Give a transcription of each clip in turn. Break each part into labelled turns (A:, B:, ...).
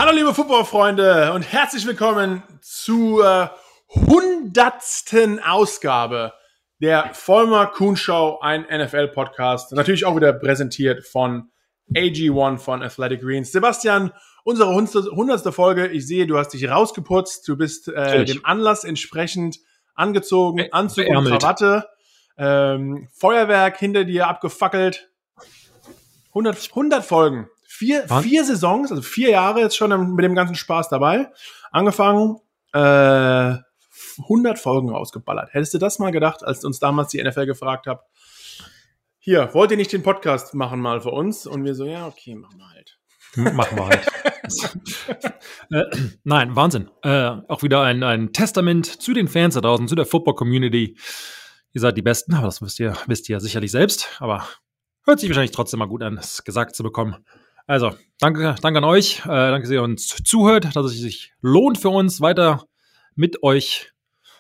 A: Hallo liebe Footballfreunde und herzlich willkommen zur 100. Ausgabe der Vollmer Kuhn Show, ein NFL-Podcast. Natürlich auch wieder präsentiert von AG1 von Athletic Greens. Sebastian, unsere 100. Folge. Ich sehe, du hast dich rausgeputzt. Du bist dem Anlass entsprechend angezogen. Anzug und Krawatte. Feuerwerk hinter dir abgefackelt. 100 Folgen. Vier Saisons, also 4 Jahre jetzt schon mit dem ganzen Spaß dabei. Angefangen, 100 Folgen rausgeballert. Hättest du das mal gedacht, als uns damals die NFL gefragt hat, hier, wollt ihr nicht den Podcast machen mal für uns? Und wir so, ja, okay, machen wir halt.
B: Machen wir halt. Nein, Wahnsinn. Auch wieder ein Testament zu den Fans da draußen, zu der Football-Community. Ihr seid die Besten, aber das wisst ihr ja sicherlich selbst. Aber hört sich wahrscheinlich trotzdem mal gut an, das gesagt zu bekommen. Also, danke an euch. Danke, dass ihr uns zuhört, dass es sich lohnt für uns, weiter mit euch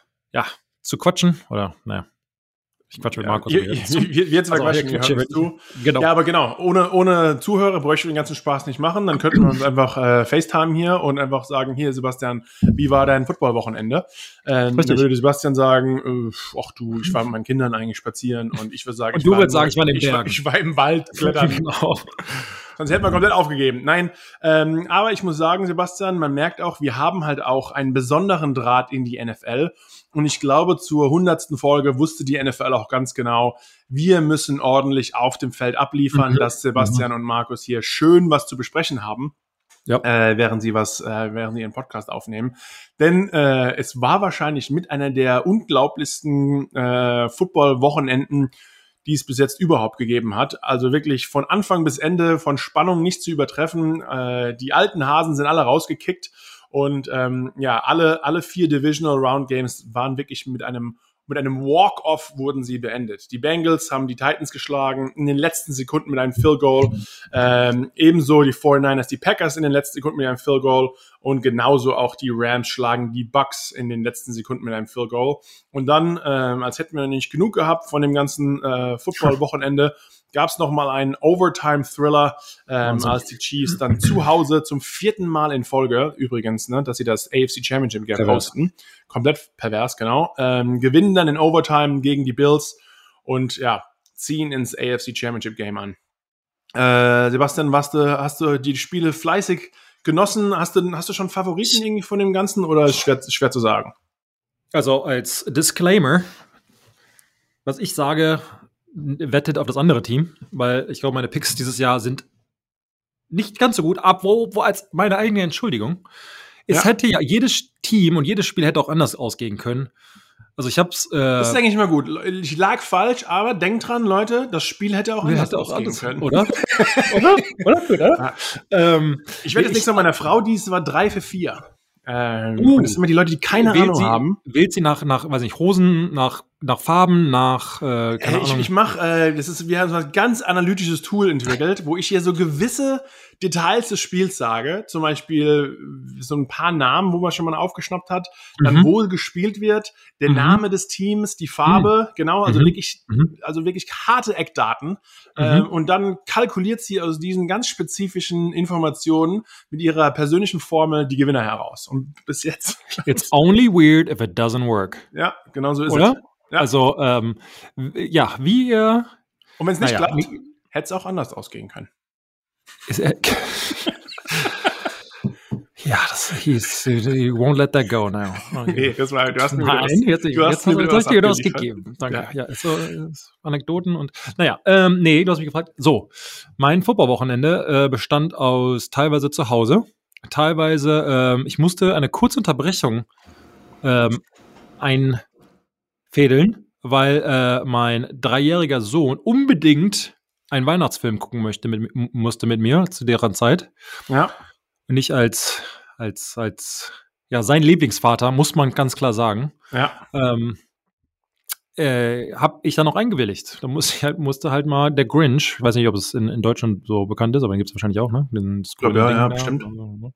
B: zu quatschen. Oder, ich quatsche mit Markus.
A: Wir zwei quatschen, wir hören zu. Genau. Ja, aber genau, ohne Zuhörer bräuchten wir den ganzen Spaß nicht machen. Dann könnten wir uns einfach FaceTime hier und einfach sagen, hier Sebastian, wie war dein Football-Wochenende? Dann würde Sebastian sagen, ich war mit meinen Kindern eigentlich spazieren und ich würde sagen,
B: ich war im Berg.
A: Ich war im Wald klettern. Genau. Sonst hätten wir komplett aufgegeben. Nein, aber ich muss sagen, Sebastian, man merkt auch, wir haben halt auch einen besonderen Draht in die NFL. Und ich glaube, zur 100. Folge wusste die NFL auch ganz genau, wir müssen ordentlich auf dem Feld abliefern, dass Sebastian und Markus hier schön was zu besprechen haben, während sie ihren Podcast aufnehmen. Denn es war wahrscheinlich mit einer der unglaublichsten Football-Wochenenden, die es bis jetzt überhaupt gegeben hat. Also wirklich von Anfang bis Ende, von Spannung nicht zu übertreffen. Die alten Hasen sind alle rausgekickt und alle 4 Divisional Round Games waren wirklich mit einem Walk-Off wurden sie beendet. Die Bengals haben die Titans geschlagen in den letzten Sekunden mit einem Field Goal. Ebenso die 49ers, die Packers in den letzten Sekunden mit einem Field Goal. Und genauso auch die Rams schlagen die Bucks in den letzten Sekunden mit einem Field Goal. Und dann, als hätten wir nicht genug gehabt von dem ganzen Football-Wochenende, gab es nochmal einen Overtime-Thriller, als die Chiefs dann zu Hause zum 4. Mal in Folge, übrigens, dass sie das AFC Championship Game hosten. Komplett pervers, genau. Gewinnen dann in Overtime gegen die Bills und ziehen ins AFC Championship Game an. Sebastian, hast du die Spiele fleißig genossen? Hast du schon Favoriten irgendwie von dem Ganzen oder ist schwer zu sagen?
B: Also als Disclaimer, was ich sage, wettet auf das andere Team, weil ich glaube, meine Picks dieses Jahr sind nicht ganz so gut, wo als meine eigene Entschuldigung. Es hätte ja jedes Team und jedes Spiel hätte auch anders ausgehen können. Also ich hab's.
A: Das ist eigentlich immer gut. Ich lag falsch, aber denkt dran, Leute, das Spiel hätte auch anders ausgehen können.
B: Oder? Oder?
A: Ich werde jetzt nichts von meiner Frau, die war 3 für 4. Das sind immer die Leute, die keine Ahnung haben.
B: Wählt sie nach weiß nicht, Hosen, nach Farben, nach keine Ahnung.
A: Ich mache, wir haben so ein ganz analytisches Tool entwickelt, wo ich hier so gewisse Details des Spiels sage, zum Beispiel so ein paar Namen, wo man schon mal aufgeschnappt hat, dann wo gespielt wird, der Name des Teams, die Farbe, genau, also wirklich harte Eckdaten, und dann kalkuliert sie aus diesen ganz spezifischen Informationen mit ihrer persönlichen Formel die Gewinner heraus. Und bis jetzt.
B: It's only weird if it doesn't work.
A: Ja, genau so ist
B: es.
A: Ja.
B: Also, wie ihr.
A: Und wenn es nicht klappt, hätte es auch anders ausgehen können.
B: You won't let that go now.
A: Okay. Nee, du hast mir
B: wieder was gegeben. Danke. Ja, Anekdoten und, du hast mich gefragt. So, mein Football-Wochenende bestand aus teilweise zu Hause, teilweise, ich musste eine kurze Unterbrechung einfädeln, weil mein 3-jähriger Sohn unbedingt einen Weihnachtsfilm gucken musste mit mir zu deren Zeit. Ja. Und ich als sein Lieblingsvater, muss man ganz klar sagen, habe ich dann auch eingewilligt. Da musste halt mal der Grinch, ich weiß nicht, ob es in Deutschland so bekannt ist, aber den gibt es wahrscheinlich auch, ne?
A: Bestimmt.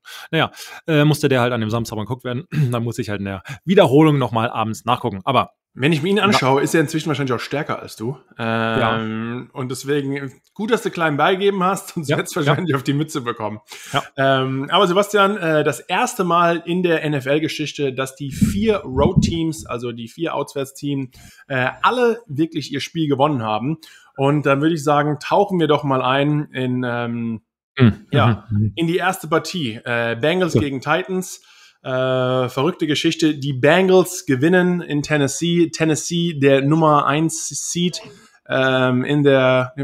B: Musste der halt an dem Samstag mal geguckt werden. Dann musste ich halt in der Wiederholung nochmal abends nachgucken. Aber
A: Wenn ich mir ihn anschaue, ist er inzwischen wahrscheinlich auch stärker als du.
B: Ja.
A: Und deswegen gut, dass du klein beigeben hast, sonst hättest du wahrscheinlich auf die Mütze bekommen.
B: Ja.
A: Aber Sebastian, das erste Mal in der NFL-Geschichte, dass die 4 Road-Teams, also die 4 Auswärtsteams, alle wirklich ihr Spiel gewonnen haben. Und dann würde ich sagen, tauchen wir doch mal ein in die erste Partie. Bengals gegen Titans. Verrückte Geschichte. Die Bengals gewinnen in Tennessee. Tennessee, der Nummer 1 Seed in der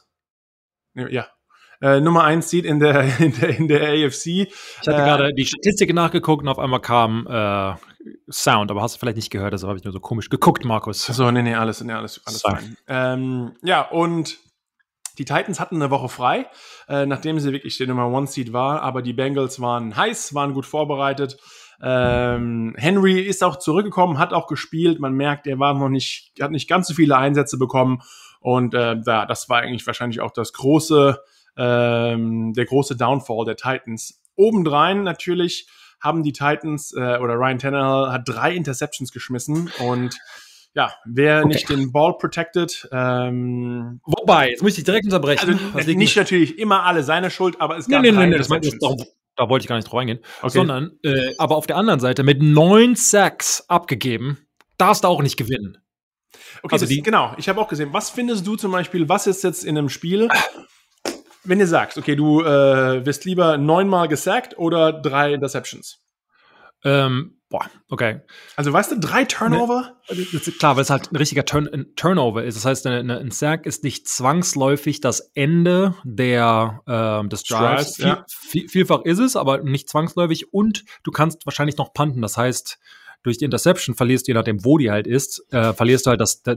A: Nummer 1 Seed in der AFC.
B: Ich hatte gerade die Statistiken nachgeguckt und auf einmal kam Sound, aber hast du vielleicht nicht gehört, deshalb habe ich nur so komisch geguckt, Markus.
A: So, nee, alles fein. Und die Titans hatten eine Woche frei, nachdem sie wirklich der Nummer 1 Seed war, aber die Bengals waren heiß, waren gut vorbereitet. Henry ist auch zurückgekommen, hat auch gespielt. Man merkt, er hat nicht ganz so viele Einsätze bekommen. Und das war eigentlich wahrscheinlich auch der große Downfall der Titans. Obendrein natürlich haben die Titans oder Ryan Tannehill hat 3 Interceptions geschmissen und wer nicht den Ball protected.
B: Wobei, jetzt muss ich direkt unterbrechen.
A: Also nicht natürlich immer alle seine Schuld, aber es gab
B: da wollte ich gar nicht drauf eingehen. Okay. Sondern, aber auf der anderen Seite mit 9 Sacks abgegeben, darfst du auch nicht gewinnen.
A: Okay, also genau. Ich habe auch gesehen. Was findest du zum Beispiel, was ist jetzt in einem Spiel, wenn du sagst, okay, du wirst lieber 9-mal gesackt oder 3 Interceptions?
B: Okay.
A: Also weißt du, 3 Turnover?
B: Das ist klar, weil es halt ein richtiger Turnover ist. Das heißt, ein Sack ist nicht zwangsläufig das Ende des Drives. Vielfach ist es, aber nicht zwangsläufig. Und du kannst wahrscheinlich noch punten. Das heißt, durch die Interception verlierst du, je nachdem, wo die halt ist, verlierst du halt das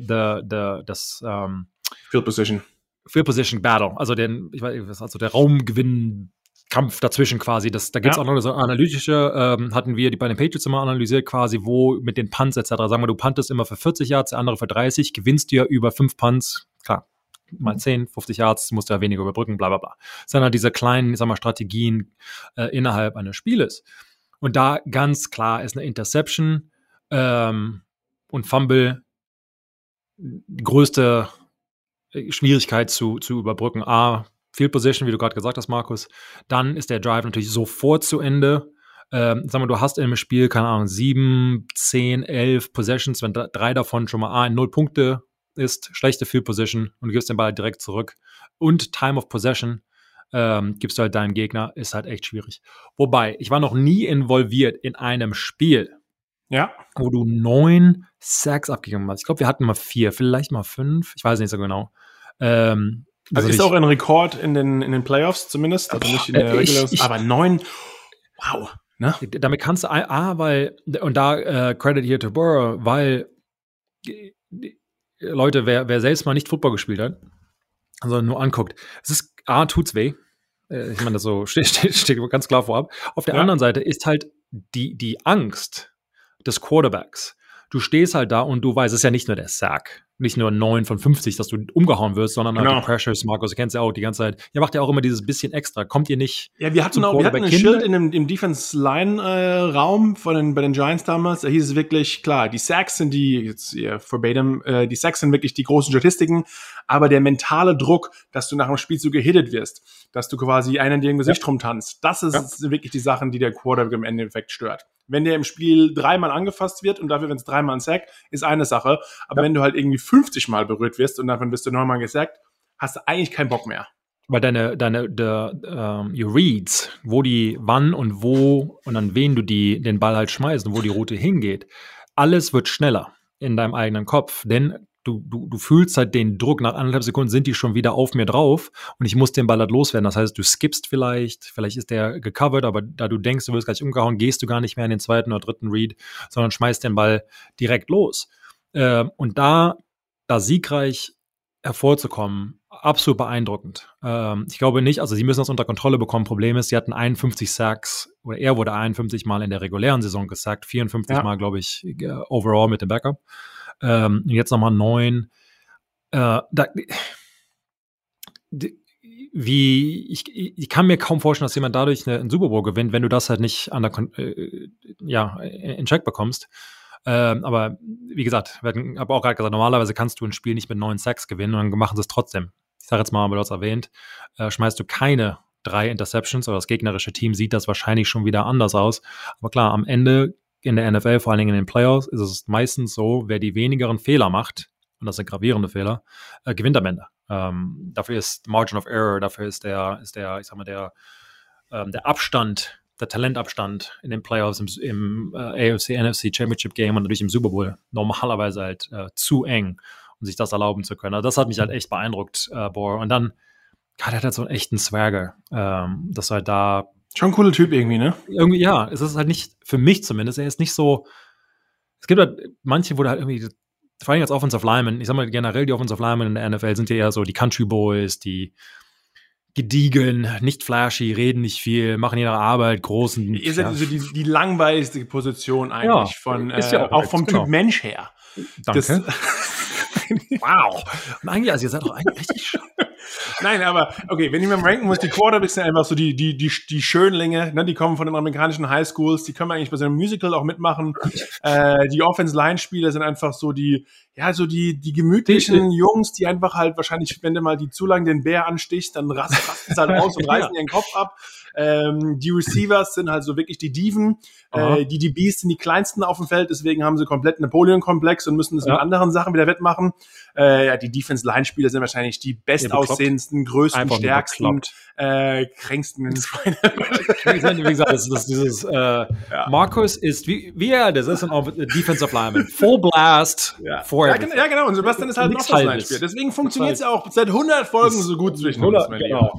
A: Field
B: Position Battle. Also der Raumgewinn-Kampf dazwischen quasi. Da gibt es auch noch so analytische, hatten wir die bei den Patriots immer analysiert, quasi, wo mit den Punts etc. Sagen wir, du puntest immer für 40 Yards, der andere für 30, gewinnst du ja über 5 Punts, klar, mal 10, 50 Yards, musst du ja weniger überbrücken, bla bla bla. Sondern diese kleinen, Strategien innerhalb eines Spieles. Und da ganz klar ist eine Interception und Fumble die größte Schwierigkeit zu überbrücken. Field Position, wie du gerade gesagt hast, Markus. Dann ist der Drive natürlich sofort zu Ende. Du hast in einem Spiel, keine Ahnung, 7, 10, 11 Possessions, wenn 3 davon schon mal in 0 Punkte ist, schlechte Field Position und du gibst den Ball direkt zurück. Und Time of Possession gibst du halt deinem Gegner, ist halt echt schwierig. Wobei, ich war noch nie involviert in einem Spiel, wo du 9 Sacks abgegeben hast. Ich glaube, wir hatten mal 4, vielleicht mal 5, ich weiß nicht so genau.
A: Also ist auch ein Rekord in den Playoffs zumindest, also nicht in der Regular, aber 9, wow. Ne?
B: Damit kannst du, Credit here to Burrow, weil Leute, wer selbst mal nicht Football gespielt hat, sondern nur anguckt, es ist, tut's weh. Ich meine, das so steht ganz klar vorab. Auf der anderen Seite ist halt die Angst des Quarterbacks. Du stehst halt da und du weißt, es ist ja nicht nur der Sack, nicht nur 9 von 50, dass du umgehauen wirst, sondern halt die Pressures, Markus, du kennst ja auch die ganze Zeit. Ihr macht ja auch immer dieses bisschen extra. Kommt ihr nicht?
A: Ja, wir hatten ein Schild im Defense-Line-Raum bei den Giants damals. Da hieß es wirklich, klar, die Sacks sind die Sacks sind wirklich die großen Statistiken, aber der mentale Druck, dass du nach dem Spielzug gehittet wirst, dass du quasi einen dir im Gesicht rumtanzt, das ist wirklich die Sachen, die der Quarterback im Endeffekt stört. Wenn der im Spiel 3-mal angefasst wird und dafür, wenn es 3-mal ein Sack, ist eine Sache. Aber wenn du halt irgendwie 50-mal berührt wirst und davon bist du 9-mal gesackt, hast du eigentlich keinen Bock mehr.
B: Weil deine Reads, wo die, wann und wo und an wen du den Ball halt schmeißt und wo die Route hingeht, alles wird schneller in deinem eigenen Kopf. Denn du fühlst halt den Druck, nach 1,5 Sekunden sind die schon wieder auf mir drauf und ich muss den Ball halt loswerden. Das heißt, du skippst vielleicht ist der gecovert, aber da du denkst, du wirst gleich umgehauen, gehst du gar nicht mehr in den 2. oder 3. Read, sondern schmeißt den Ball direkt los. Und da siegreich hervorzukommen, absolut beeindruckend. Ich glaube nicht, also sie müssen das unter Kontrolle bekommen. Problem ist, sie hatten 51 Sacks, oder er wurde 51 Mal in der regulären Saison gesackt, 54 Mal, glaube ich, overall mit dem Backup. Jetzt nochmal 9. Ich kann mir kaum vorstellen, dass jemand dadurch einen Super Bowl gewinnt, wenn du das halt nicht in Check bekommst. Aber wie gesagt, ich habe auch gerade gesagt, normalerweise kannst du ein Spiel nicht mit 9 Sacks gewinnen und dann machen sie es trotzdem. Ich sage jetzt mal, aber du hast erwähnt, schmeißt du keine 3 Interceptions, oder das gegnerische Team sieht das wahrscheinlich schon wieder anders aus. Aber klar, am Ende in der NFL, vor allen Dingen in den Playoffs, ist es meistens so, wer die wenigeren Fehler macht, und das sind gravierende Fehler, gewinnt am Ende. Dafür ist Margin of Error, dafür ist der Abstand, der Talentabstand in den Playoffs im AFC, NFC Championship Game und natürlich im Super Bowl normalerweise halt zu eng, um sich das erlauben zu können. Also das hat mich halt echt beeindruckt, Bohr. Und dann, er hat halt so einen echten Swagger, dass halt da
A: schon ein cooler Typ irgendwie, ne?
B: Irgendwie, ja, es ist halt nicht, für mich zumindest, er ist nicht so, es gibt halt manche, wo da halt irgendwie, vor allem als Offensive Linemen, ich sag mal generell, die Offensive Linemen in der NFL sind ja eher so die Country Boys, die gediegen, nicht flashy, reden nicht viel, machen ihre Arbeit, großen.
A: Ihr seid so die langweiligste Position eigentlich von, ja auch vom Typ Mensch her.
B: Danke. Wow. Und eigentlich, also ihr seid doch eigentlich richtig
A: Nein, aber okay, wenn ich mir ranken muss, die Quarterbacks sind einfach so die Schönlinge, ne, die kommen von den amerikanischen Highschools, die können eigentlich bei so einem Musical auch mitmachen. Die Offense-Line-Spieler sind einfach so die gemütlichen Jungs, die einfach halt wahrscheinlich, wenn du mal die zu lang den Bär anstichst, dann rasten sie halt aus und reißen ihren Kopf ab. Die Receivers sind halt so wirklich die Diven. Die DBs sind die kleinsten auf dem Feld, deswegen haben sie komplett Napoleon-Komplex und müssen das mit anderen Sachen wieder wettmachen. Die Defense-Line-Spieler sind wahrscheinlich die bestaussehendsten, größten, einfach stärksten, kränksten.
B: Wie gesagt, das ist dieses Markus ist, wie er, das ist ein Defensive Lineman. Full Blast.
A: Ja, genau. Und Sebastian ist halt noch das Line-Spieler. Deswegen funktioniert es ja auch seit 100 Folgen so gut zwischen uns.
B: Genau.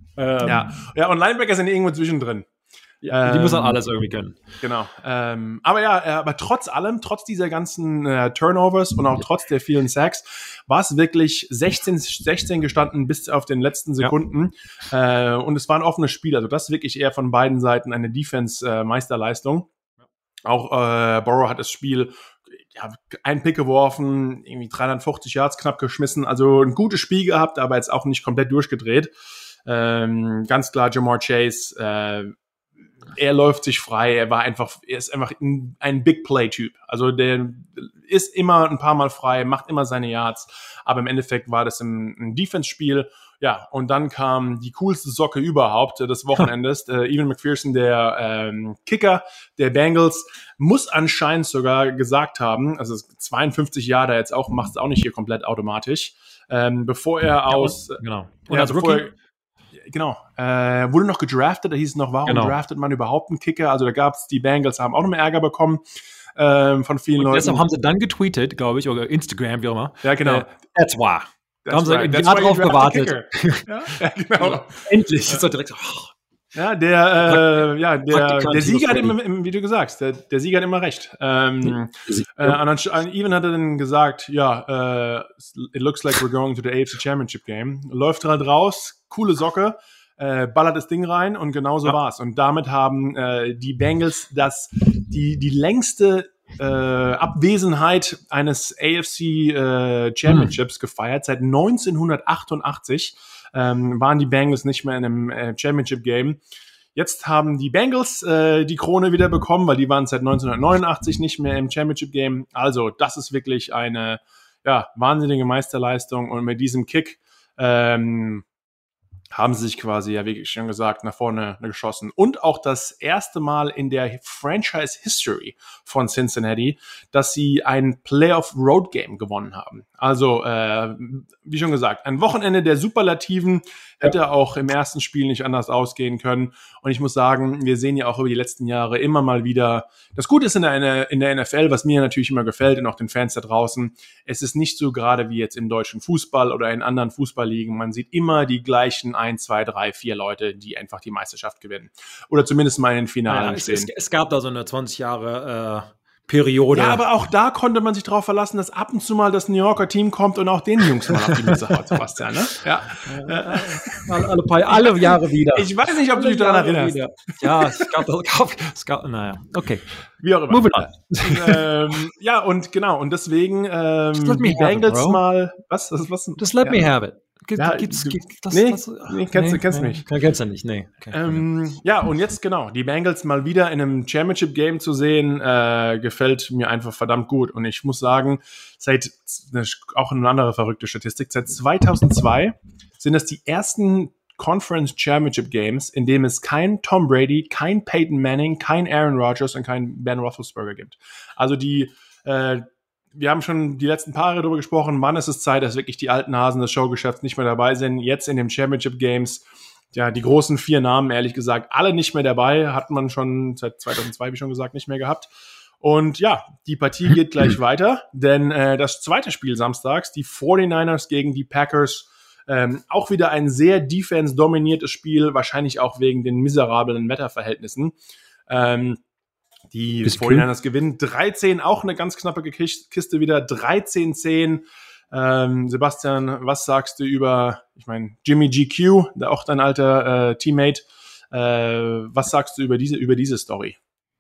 A: Und Linebacker sind irgendwo zwischendrin.
B: Ja, die müssen halt alles irgendwie können.
A: Genau. Aber trotz allem, trotz dieser ganzen Turnovers und auch trotz der vielen Sacks, war es wirklich 16 gestanden bis auf den letzten Sekunden. Und es war ein offenes Spiel. Also das ist wirklich eher von beiden Seiten eine Defense-Meisterleistung. Auch Burrow hat das Spiel einen Pick geworfen, irgendwie 350 Yards knapp geschmissen. Also ein gutes Spiel gehabt, aber jetzt auch nicht komplett durchgedreht. Ganz klar Ja'Marr Chase, er läuft sich frei, er ist einfach ein Big Play-Typ. Also der ist immer ein paar Mal frei, macht immer seine Yards, aber im Endeffekt war das ein Defense-Spiel. Ja, und dann kam die coolste Socke überhaupt des Wochenendes. Evan McPherson, der Kicker der Bengals, muss anscheinend sogar gesagt haben, also 52 Jahre jetzt auch, macht es auch nicht hier komplett automatisch, bevor er
B: Genau.
A: Und als Rookie. Genau. Wurde noch gedraftet, da hieß es noch, warum draftet man überhaupt einen Kicker? Also da gab's, die Bengals haben auch noch mehr Ärger bekommen von vielen Leuten.
B: Deshalb haben sie dann getweetet, glaube ich, oder Instagram, wie auch immer.
A: Ja, genau.
B: That's why. Da haben sie ein Jahr drauf gewartet.
A: Ja, genau.
B: Endlich. Ist doch direkt so,
A: Ja, der Sieger hat immer, wie du gesagt hast, der Sieger hat immer recht. Evan hat dann gesagt, it looks like we're going to the AFC Championship Game. Läuft halt raus, coole Socke, ballert das Ding rein und genauso war's. Und damit haben die Bengals die längste Abwesenheit eines AFC Championships gefeiert. Seit 1988 waren die Bengals nicht mehr in einem Championship-Game. Jetzt haben die Bengals die Krone wieder bekommen, weil die waren seit 1989 nicht mehr im Championship-Game. Also das ist wirklich eine wahnsinnige Meisterleistung. Und mit diesem Kick haben sie sich quasi, ja, wie schon gesagt, nach vorne geschossen. Und auch das erste Mal in der Franchise-History von Cincinnati, dass sie ein Playoff-Road-Game gewonnen haben. Also, wie schon gesagt, ein Wochenende der Superlativen, hätte auch im ersten Spiel nicht anders ausgehen können. Und ich muss sagen, wir sehen ja auch über die letzten Jahre immer mal wieder, das Gute ist in der NFL, was mir natürlich immer gefällt und auch den Fans da draußen, es ist nicht so gerade wie jetzt im deutschen Fußball oder in anderen Fußballligen. Man sieht immer die gleichen 1, 2, 3, 4 Leute, die einfach die Meisterschaft gewinnen. Oder zumindest mal in den Finalen stehen.
B: Es gab da so eine 20 Jahre Periode.
A: Ja, aber auch da konnte man sich drauf verlassen, dass ab und zu mal das New Yorker Team kommt und auch den Jungs mal auf die Mütze haut, Sebastian, ne? Ja.
B: Alle Jahre wieder.
A: Ich weiß nicht, ob du dich daran erinnerst.
B: Wieder. Ja, es gab, naja, okay.
A: Wie auch immer.
B: Moving on.
A: Ja, und genau, und deswegen die Bengals mal, was?
B: Just let me have it. Kennst du nicht? Kennst du nicht, nee.
A: Ja, und jetzt genau, die Bengals mal wieder in einem Championship-Game zu sehen, gefällt mir einfach verdammt gut. Und ich muss sagen, auch eine andere verrückte Statistik, seit 2002 sind das die ersten Conference Championship Games, in dem es kein Tom Brady, kein Peyton Manning, kein Aaron Rodgers und kein Ben Roethlisberger gibt. Also wir haben schon die letzten Paare darüber gesprochen, wann ist es Zeit, dass wirklich die alten Hasen des Showgeschäfts nicht mehr dabei sind. Jetzt in den Championship Games, ja, die großen 4 Namen, ehrlich gesagt, alle nicht mehr dabei, hat man schon seit 2002, wie schon gesagt, nicht mehr gehabt. Und ja, die Partie geht gleich weiter, denn das zweite Spiel samstags, die 49ers gegen die Packers, auch wieder ein sehr defense-dominiertes Spiel, wahrscheinlich auch wegen den miserablen Wetterverhältnissen. Die 49ers gewinnen 13, auch eine ganz knappe Kiste wieder, 13-10. Sebastian, was sagst du über, ich meine, Jimmy GQ, auch dein alter Teammate, was sagst du über diese Story?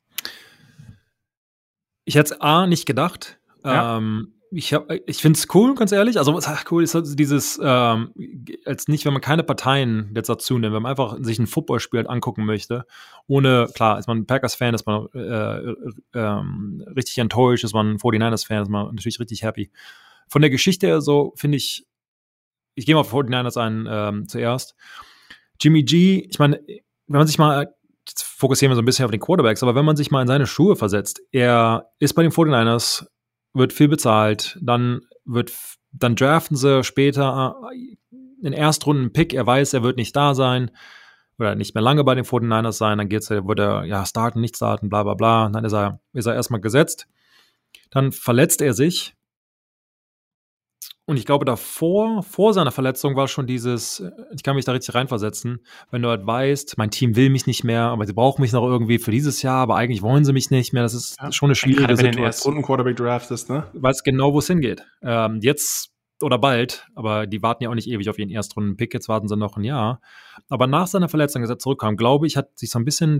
B: Ich hätte es nicht gedacht. Ja. Ich finde es cool, ganz ehrlich. Also, was cool ist also dieses, als nicht, wenn man keine Parteien jetzt dazu nimmt, wenn man einfach sich ein Footballspiel halt angucken möchte, ohne, klar, ist man ein Packers-Fan, ist man richtig enttäuscht, ist man ein 49ers-Fan, ist man natürlich richtig happy. Von der Geschichte her so, finde ich gehe mal auf 49ers ein zuerst. Jimmy G, ich meine, wenn man sich mal, jetzt fokussieren wir so ein bisschen auf den Quarterbacks, aber wenn man sich mal in seine Schuhe versetzt, er ist bei den 49ers, wird viel bezahlt, dann draften sie später einen Erstrunden-Pick, er weiß, er wird nicht da sein oder nicht mehr lange bei den 49ers sein, dann wird er starten, nicht starten, bla bla bla, dann ist er erstmal gesetzt, dann verletzt er sich und ich glaube vor seiner Verletzung war schon dieses, ich kann mich da richtig reinversetzen, wenn du halt weißt, mein Team will mich nicht mehr, aber sie brauchen mich noch irgendwie für dieses Jahr, aber eigentlich wollen sie mich nicht mehr, das ist schon eine schwierige Situation. Wenn du den
A: Erstrunden-Quarterback draftest, ne?
B: Weißt genau, wo es hingeht. Jetzt oder bald, aber die warten ja auch nicht ewig auf ihren Erstrunden-Pick, jetzt warten sie noch ein Jahr. Aber nach seiner Verletzung, als er zurückkam, glaube ich, hat sich so ein bisschen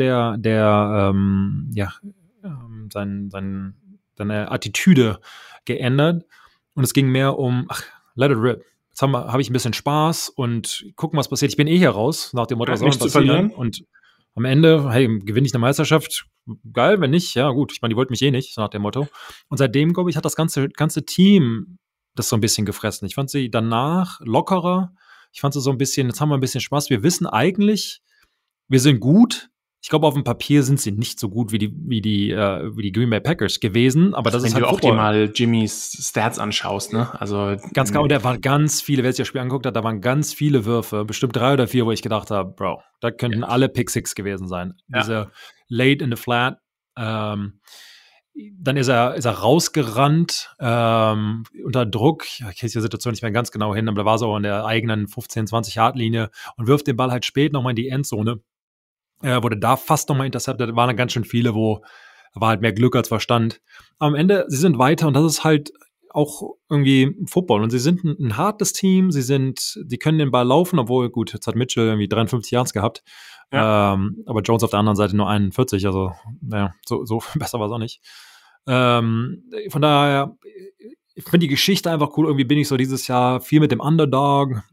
B: seine Attitüde geändert. Und es ging mehr um, let it rip. Jetzt habe ich ein bisschen Spaß und gucken, was passiert. Ich bin hier raus, nach dem Motto, was soll passieren? Und am Ende, hey, gewinne ich eine Meisterschaft? Geil, wenn nicht, ja gut. Ich meine, die wollten mich nicht, so nach dem Motto. Und seitdem, glaube ich, hat das ganze Team das so ein bisschen gefressen. Ich fand sie danach lockerer. Ich fand sie so ein bisschen, jetzt haben wir ein bisschen Spaß. Wir wissen eigentlich, wir sind gut. Ich glaube, auf dem Papier sind sie nicht so gut wie die Green Bay Packers gewesen, aber das ist halt
A: Wenn du auch dir mal Jimmys Stats anschaust, ne? Also
B: ganz genau, der war ganz viele, wer sich das Spiel angeguckt hat, da waren ganz viele Würfe, bestimmt 3 oder 4, wo ich gedacht habe, Bro, da könnten alle Pick-Six gewesen sein. Ja. Diese late in the flat, dann ist er rausgerannt, unter Druck, ich kriege die Situation nicht mehr ganz genau hin, aber da war so an der eigenen 15-20-Yard-Linie und wirft den Ball halt spät nochmal in die Endzone. Wurde da fast nochmal intercepted, waren dann ganz schön viele, wo war halt mehr Glück als Verstand. Aber am Ende, sie sind weiter und das ist halt auch irgendwie Football. Und sie sind ein hartes Team, sie können den Ball laufen, obwohl, gut, jetzt hat Mitchell irgendwie 53 Yards gehabt, aber Jones auf der anderen Seite nur 41, also naja, so besser war es auch nicht. Von daher, ich finde die Geschichte einfach cool, irgendwie bin ich so dieses Jahr viel mit dem Underdog,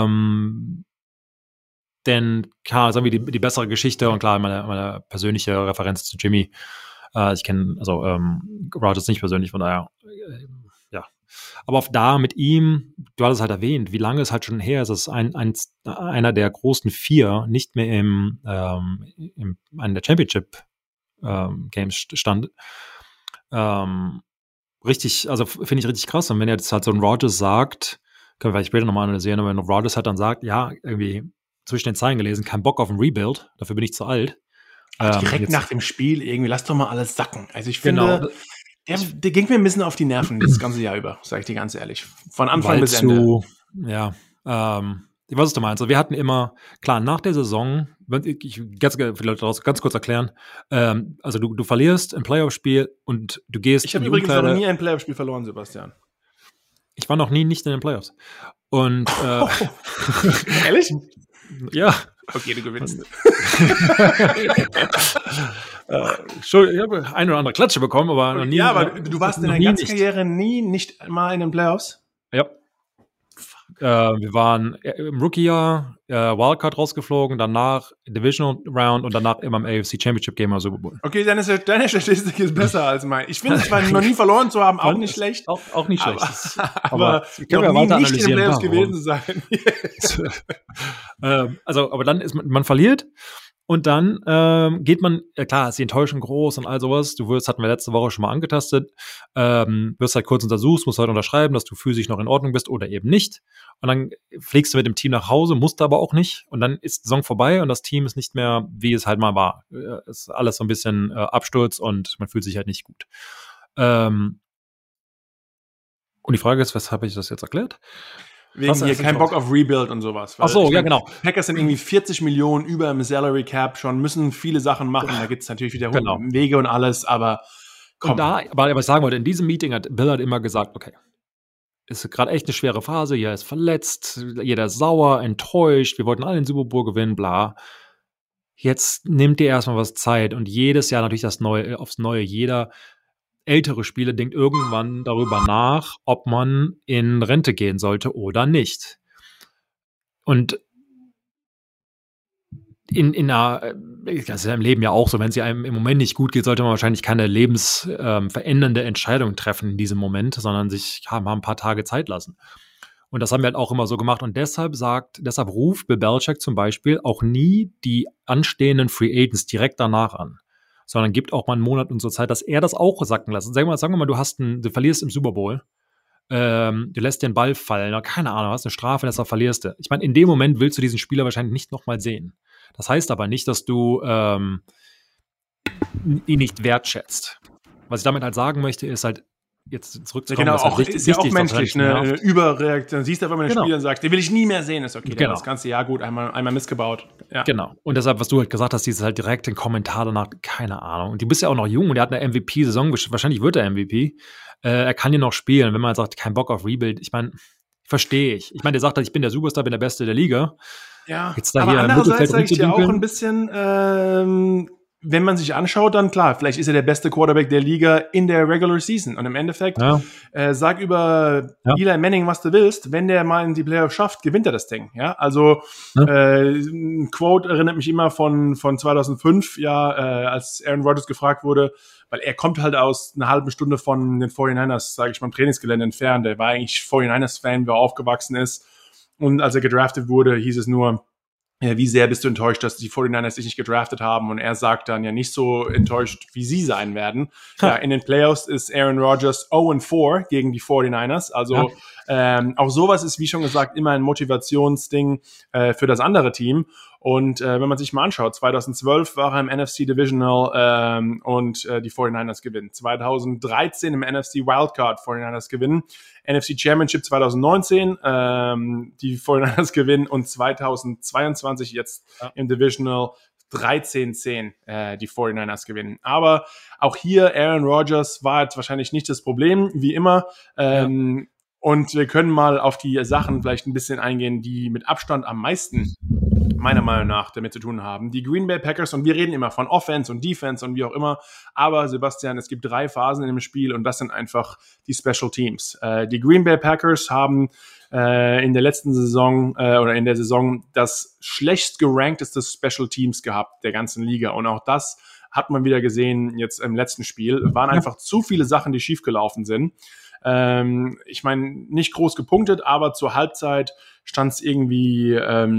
B: denn klar, sagen wir die bessere Geschichte und klar, meine persönliche Referenz zu Jimmy. Ich kenne Rodgers nicht persönlich, von daher, ja. Aber auf da mit ihm, du hattest halt erwähnt, wie lange es halt schon her ist, dass einer der großen 4 nicht mehr in einem der Championship Games stand. Richtig, also finde ich richtig krass. Und wenn jetzt halt so ein Rodgers sagt, können wir vielleicht später nochmal analysieren, aber wenn Rodgers halt dann sagt, ja, irgendwie zwischen den Zeilen gelesen, kein Bock auf ein Rebuild, dafür bin ich zu alt.
A: Direkt nach dem Spiel irgendwie, lass doch mal alles sacken. Also ich finde, der ging mir ein bisschen auf die Nerven das ganze Jahr über, sage ich dir ganz ehrlich. Von Anfang bis Ende.
B: Ja, ich weiß, was du meinst. Also wir hatten immer, klar, nach der Saison, ich ganz kurz erklären, also du verlierst ein Playoff-Spiel und du gehst.
A: Ich habe übrigens noch nie ein Playoff-Spiel verloren, Sebastian.
B: Ich war noch nicht in den Playoffs. Und
A: ehrlich?
B: Ja.
A: Okay, du gewinnst.
B: Ich habe eine oder andere Klatsche bekommen, aber noch nie.
A: Ja, aber du warst in deiner ganzen Karriere nicht mal in den Playoffs?
B: Ja. Wir waren im Rookie-Jahr, Wildcard rausgeflogen, danach Divisional Round und danach immer im AFC Championship Game oder Super Bowl.
A: Okay, deine Statistik ist besser als meine. Ich finde es zwar noch nie verloren zu haben, auch nicht schlecht.
B: Auch nicht schlecht.
A: Aber
B: können wir weiter
A: nicht in den Playoffs
B: gewesen
A: sein.
B: Aber dann ist man verliert. Und dann geht man, klar, ist die Enttäuschung groß und all sowas. Hatten wir letzte Woche schon mal angetastet, wirst halt kurz untersucht, musst halt unterschreiben, dass du physisch noch in Ordnung bist oder eben nicht. Und dann fliegst du mit dem Team nach Hause, musst aber auch nicht. Und dann ist die Saison vorbei und das Team ist nicht mehr, wie es halt mal war. Ist alles so ein bisschen Absturz und man fühlt sich halt nicht gut. Und die Frage ist, weshalb habe ich das jetzt erklärt?
A: Wegen hier kein Bock auf Rebuild und sowas.
B: Ach so, ja, genau.
A: Packers sind irgendwie 40 Millionen über im Salary Cap schon, müssen viele Sachen machen. Da gibt es natürlich wieder Wege und alles, aber komm.
B: Aber ich sagen wollte, in diesem Meeting hat Bill immer gesagt, okay, ist gerade echt eine schwere Phase, jeder ist verletzt, jeder ist sauer, enttäuscht, wir wollten alle den Super Bowl gewinnen, bla. Jetzt nimmt ihr erstmal was Zeit und jedes Jahr natürlich aufs Neue, jeder ältere Spieler denkt irgendwann darüber nach, ob man in Rente gehen sollte oder nicht. Und das ist ja im Leben ja auch so, wenn es einem im Moment nicht gut geht, sollte man wahrscheinlich keine lebensverändernde Entscheidung treffen in diesem Moment, sondern sich mal ein paar Tage Zeit lassen. Und das haben wir halt auch immer so gemacht. Und deshalb ruft Bill Belichick zum Beispiel auch nie die anstehenden Free Agents direkt danach an, sondern gibt auch mal einen Monat und so Zeit, dass er das auch sacken lässt. Sagen wir mal, du verlierst im Super Bowl, du lässt den Ball fallen, keine Ahnung, hast eine Strafe, deshalb verlierst du. Ich meine, in dem Moment willst du diesen Spieler wahrscheinlich nicht nochmal sehen. Das heißt aber nicht, dass du ihn nicht wertschätzt. Was ich damit halt sagen möchte, ist halt, jetzt zurückzukommen.
A: Genau, auch, ist ja auch menschlich, eine Überreaktion. Siehst du einfach mal den Spieler und sagst, den will ich nie mehr sehen. Ist okay, das ganze Jahr gut, einmal missgebaut. Ja.
B: Genau. Und deshalb, was du halt gesagt hast, dieses halt direkt den Kommentar danach, keine Ahnung. Und du bist ja auch noch jung und er hat eine MVP-Saison, wahrscheinlich wird er MVP. Er kann ja noch spielen, wenn man halt sagt, kein Bock auf Rebuild. Ich meine, verstehe ich. Ich meine, der sagt halt, ich bin der Superstar, bin der Beste der Liga.
A: Ja, jetzt da aber andererseits sage ich dir auch ein bisschen, wenn man sich anschaut, dann klar, vielleicht ist er der beste Quarterback der Liga in der Regular Season. Und im Endeffekt, sag über Eli Manning, was du willst, wenn der mal in die Playoffs schafft, gewinnt er das Ding. Ja, also ein Quote erinnert mich immer von 2005, als Aaron Rodgers gefragt wurde, weil er kommt halt aus einer halben Stunde von den 49ers, sage ich mal, im Trainingsgelände entfernt. Der war eigentlich 49ers-Fan, wer aufgewachsen ist. Und als er gedraftet wurde, hieß es nur, wie sehr bist du enttäuscht, dass die 49ers dich nicht gedraftet haben? Und er sagt dann ja nicht so enttäuscht, wie sie sein werden. Ja, in den Playoffs ist Aaron Rodgers 0-4 gegen die 49ers. Also auch sowas ist, wie schon gesagt, immer ein Motivationsding für das andere Team. Und wenn man sich mal anschaut, 2012 war er im NFC Divisional und die 49ers gewinnen. 2013 im NFC Wildcard 49ers gewinnen. NFC Championship 2019 die 49ers gewinnen und 2022 jetzt im Divisional 13-10 die 49ers gewinnen. Aber auch hier Aaron Rodgers war jetzt wahrscheinlich nicht das Problem, wie immer. Und wir können mal auf die Sachen vielleicht ein bisschen eingehen, die mit Abstand am meisten meiner Meinung nach damit zu tun haben. Die Green Bay Packers, und wir reden immer von Offense und Defense und wie auch immer, aber Sebastian, es gibt 3 Phasen in dem Spiel und das sind einfach die Special Teams. Die Green Bay Packers haben in der letzten Saison oder in der Saison das schlecht gerankteste Special Teams gehabt der ganzen Liga und auch das hat man wieder gesehen jetzt im letzten Spiel. Waren einfach zu viele Sachen, die schiefgelaufen sind. Ich meine, nicht groß gepunktet, aber zur Halbzeit stand es irgendwie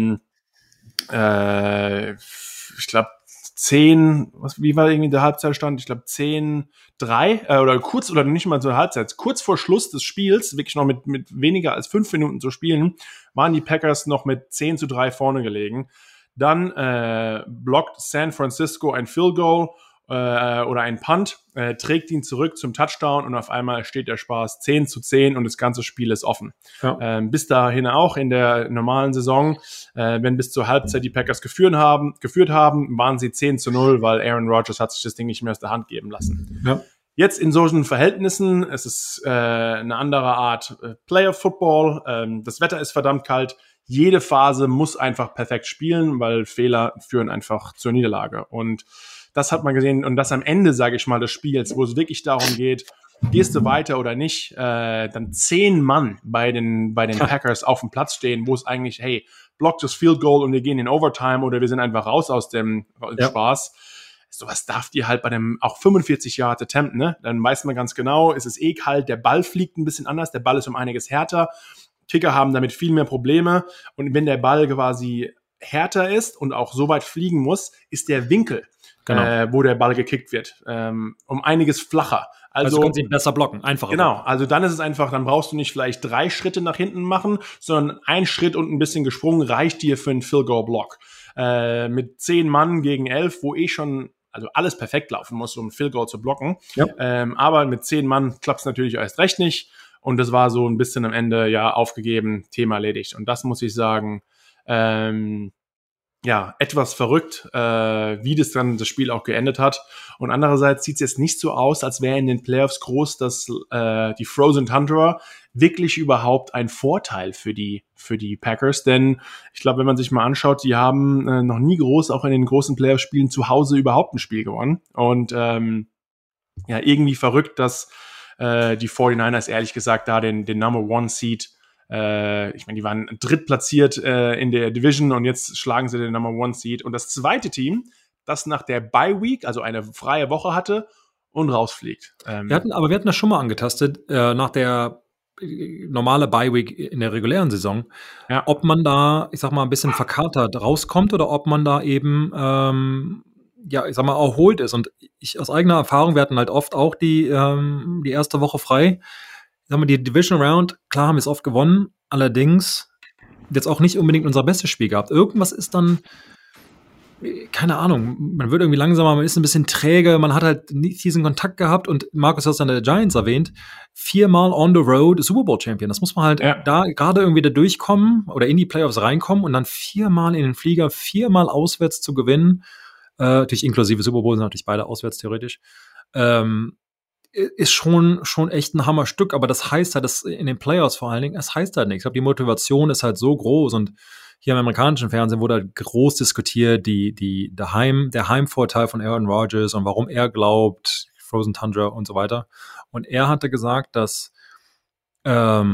A: ich glaube 10, wie war irgendwie der Halbzeitstand? Ich glaube 10-3 oder kurz oder nicht mal zur Halbzeit, kurz vor Schluss des Spiels, wirklich noch mit weniger als 5 Minuten zu spielen, waren die Packers noch mit 10-3 vorne gelegen. Dann blockt San Francisco ein Field Goal oder ein Punt, trägt ihn zurück zum Touchdown und auf einmal steht der Spaß 10-10 und das ganze Spiel ist offen. Ja. Bis dahin auch in der normalen Saison, wenn bis zur Halbzeit die Packers geführt haben, waren sie 10-0, weil Aaron Rodgers hat sich das Ding nicht mehr aus der Hand geben lassen. Ja. Jetzt in solchen Verhältnissen, es ist eine andere Art Playoff-Football, das Wetter ist verdammt kalt, jede Phase muss einfach perfekt spielen, weil Fehler führen einfach zur Niederlage und das hat man gesehen und das am Ende, sage ich mal, des Spiels, wo es wirklich darum geht, gehst du weiter oder nicht, dann 10 Mann bei den Packers auf dem Platz stehen, wo es eigentlich, hey, block das Field Goal und wir gehen in Overtime oder wir sind einfach raus aus dem Spaß. Sowas darf dir halt bei dem auch 45 Yard Attempt, ne? Dann weiß man ganz genau, es ist kalt, der Ball fliegt ein bisschen anders, der Ball ist um einiges härter. Kicker haben damit viel mehr Probleme und wenn der Ball quasi härter ist und auch so weit fliegen muss, ist der Winkel, wo der Ball gekickt wird, um einiges flacher.
B: Also kannst du ihn besser blocken, einfacher.
A: Genau, also dann ist es einfach, dann brauchst du nicht vielleicht 3 Schritte nach hinten machen, sondern 1 Schritt und ein bisschen gesprungen reicht dir für einen Field-Goal-Block. Mit 10 Mann gegen 11, wo schon also alles perfekt laufen muss, um ein Field-Goal zu blocken. Ja. Aber mit 10 Mann klappt es natürlich erst recht nicht. Und das war so ein bisschen am Ende, ja, aufgegeben, Thema erledigt. Und das muss ich sagen, etwas verrückt, wie das dann das Spiel auch geendet hat. Und andererseits sieht es jetzt nicht so aus, als wäre in den Playoffs groß, dass die Frozen Tundra wirklich überhaupt ein Vorteil für die Packers. Denn ich glaube, wenn man sich mal anschaut, die haben noch nie groß, auch in den großen Playoff-Spielen zu Hause überhaupt ein Spiel gewonnen. Und irgendwie verrückt, dass die 49ers ehrlich gesagt da den Number One Seed, ich meine, die waren drittplatziert in der Division und jetzt schlagen sie den Number One Seed. Und das zweite Team, das nach der Bye Week, also eine freie Woche hatte und rausfliegt.
B: Wir hatten das schon mal angetastet, nach der normale Bye Week in der regulären Saison, ob man da, ich sag mal, ein bisschen verkatert rauskommt oder ob man da eben ich sag mal, erholt ist. Und ich aus eigener Erfahrung, wir hatten halt oft auch die erste Woche frei. Ich sag mal, die Division Round, klar haben wir es oft gewonnen, allerdings jetzt auch nicht unbedingt unser bestes Spiel gehabt. Irgendwas ist dann, keine Ahnung, man wird irgendwie langsamer, man ist ein bisschen träge, man hat halt nicht diesen Kontakt gehabt und Markus hat es dann der Giants erwähnt, 4-mal on the road Super Bowl Champion. Das muss man halt da gerade irgendwie da durchkommen oder in die Playoffs reinkommen und dann 4-mal in den Flieger, 4-mal auswärts zu gewinnen. Natürlich inklusive Super Bowl, sind natürlich beide auswärts theoretisch, ist schon echt ein Hammerstück, aber das heißt halt, dass in den Playoffs vor allen Dingen, es heißt halt nichts. Ich glaube, die Motivation ist halt so groß und hier im amerikanischen Fernsehen wurde halt groß diskutiert, der Heimvorteil von Aaron Rodgers und warum er glaubt, Frozen Tundra und so weiter. Und er hatte gesagt, dass er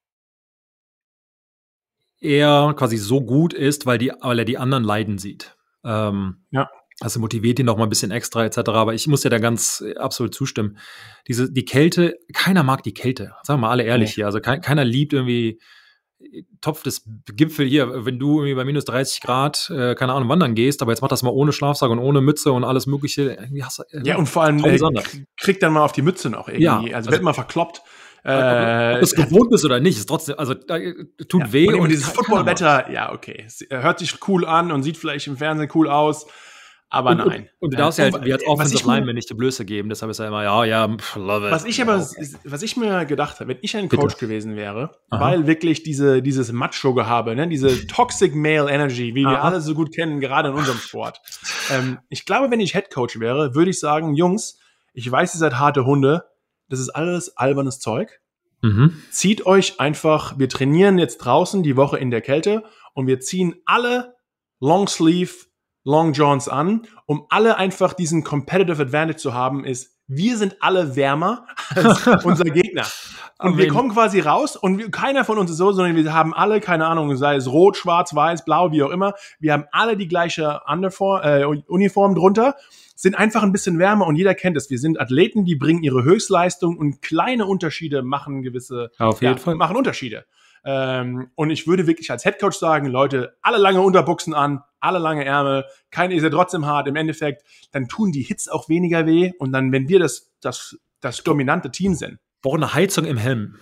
B: quasi so gut ist, weil er die anderen leiden sieht. Also motiviert ihn noch mal ein bisschen extra etc. Aber ich muss dir da ganz absolut zustimmen. Die Kälte, keiner mag die Kälte. Sagen wir mal alle ehrlich hier. Also keiner liebt irgendwie Topf des Gipfel hier, wenn du irgendwie bei minus 30 Grad, keine Ahnung, wandern gehst, aber jetzt mach das mal ohne Schlafsack und ohne Mütze und alles Mögliche.
A: Und vor allem kriegt dann mal auf die Mütze noch irgendwie. Also wird mal verkloppt.
B: Ob du es gewohnt bist oder nicht, ist trotzdem, also tut weh.
A: Und dieses Footballwetter, okay, hört sich cool an und sieht vielleicht im Fernsehen cool aus. Aber nein.
B: Und du darfst ja halt wie als Offensive Lineman nicht die Blöße geben, deshalb ist er immer, love it.
A: Was ich mir gedacht habe, wenn ich ein Coach gewesen wäre, weil wirklich dieses Macho-Gehabe, ne, diese Toxic Male Energy, wie wir alle so gut kennen, gerade in unserem Sport. Ich glaube, wenn ich Head Coach wäre, würde ich sagen, Jungs, ich weiß, ihr seid harte Hunde, das ist alles albernes Zeug. Zieht euch einfach, wir trainieren jetzt draußen die Woche in der Kälte und wir ziehen alle Long Sleeve Long Johns an, um alle einfach diesen Competitive Advantage zu haben, ist, wir sind alle wärmer als unser Gegner. Und wir kommen quasi raus und keiner von uns ist so, sondern wir haben alle, keine Ahnung, sei es rot, schwarz, weiß, blau, wie auch immer, wir haben alle die gleiche Uniform drunter, sind einfach ein bisschen wärmer und jeder kennt es. Wir sind Athleten, die bringen ihre Höchstleistung und kleine Unterschiede machen machen Unterschiede. Und ich würde wirklich als Headcoach sagen, Leute, alle lange Unterbuchsen an, alle lange Ärmel, ihr seid trotzdem hart. Im Endeffekt, dann tun die Hits auch weniger weh. Und dann, wenn wir das dominante Team sind.
B: Brauchen eine Heizung im Helm.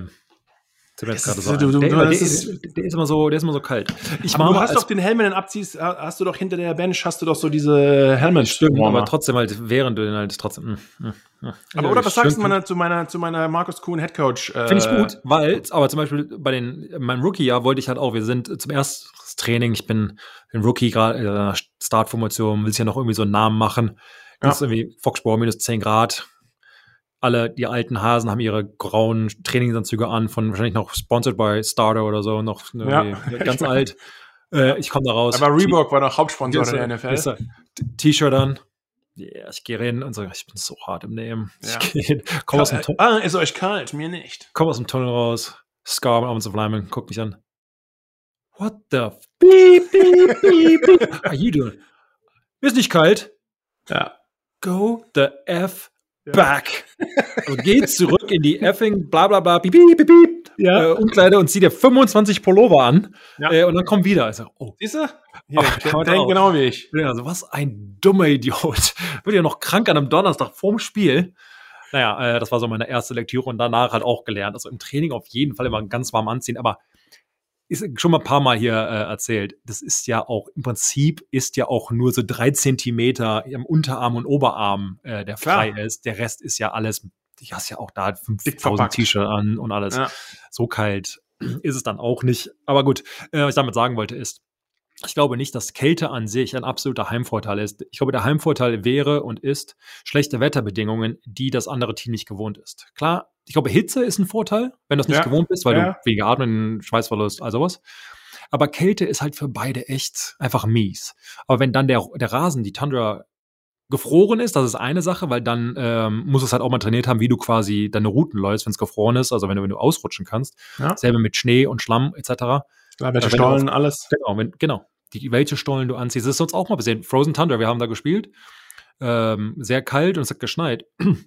B: Der ist immer so kalt.
A: Aber du hast doch den Helm, wenn du den abziehst, hast du doch hinter der Bench, hast du doch so diese Helme.
B: Stimmt, aber trotzdem halt, während du den halt trotzdem.
A: Aber oder was sagst du zu meiner Markus Kuhn Headcoach?
B: Finde ich gut, aber zum Beispiel meinem Rookie-Jahr wollte ich halt auch, wir sind zum ersten Training, ich bin ein Rookie, gerade in der Startformation, will ich ja noch irgendwie so einen Namen machen. Das ist irgendwie Foxborough, minus 10 Grad. Alle, die alten Hasen haben ihre grauen Trainingsanzüge an, von wahrscheinlich noch sponsored by Starter oder so, noch ganz alt. Ich komme da raus.
A: Aber Reebok war noch Hauptsponsor der NFL.
B: T-Shirt an, Ja, ich gehe rein und sage, ich bin so hart im Nehmen.
A: Ja.
B: Komm aus dem Tunnel.
A: Ist euch kalt? Mir nicht.
B: Komm aus dem Tunnel raus. Scar mit Offensive Lineman, guck mich an. What the beep, beep, beep, beep. Are you doing? Mir ist nicht kalt.
A: Ja.
B: Go the F back. Also geh zurück in die effing bla bla bla, beep, beep, beep, beep. Ja. Umkleide und zieh dir 25 Pullover an und dann komm wieder. Ich sag,
A: siehst du? Denk genau wie ich.
B: Also was ein dummer Idiot. Wird ja noch krank an einem Donnerstag vorm Spiel. Naja, das war so meine erste Lektüre und danach halt auch gelernt. Also im Training auf jeden Fall immer ganz warm anziehen, aber ist schon mal ein paar Mal hier erzählt. Das ist ja auch, im Prinzip ist ja auch nur so 3 Zentimeter im Unterarm und Oberarm, der frei ist. Der Rest ist ja alles, ich hast ja auch da 5000 T-Shirt an und alles. Ja. So kalt ist es dann auch nicht. Aber gut, was ich damit sagen wollte ist, ich glaube nicht, dass Kälte an sich ein absoluter Heimvorteil ist. Ich glaube, der Heimvorteil wäre und ist schlechte Wetterbedingungen, die das andere Team nicht gewohnt ist. Klar, ich glaube, Hitze ist ein Vorteil, wenn du es nicht gewohnt bist, weil du wegen Atmen, Schweißverlust, all sowas. Aber Kälte ist halt für beide echt einfach mies. Aber wenn dann der Rasen, die Tundra, gefroren ist, das ist eine Sache, weil dann muss es halt auch mal trainiert haben, wie du quasi deine Routen läufst, wenn es gefroren ist, also wenn du ausrutschen kannst. Ja. Selber mit Schnee und Schlamm etc.
A: Klar, welche Stollen, alles.
B: Genau. Welche Stollen du anziehst. Das ist uns auch mal passiert. Frozen Tundra, wir haben da gespielt. Sehr kalt und es hat geschneit.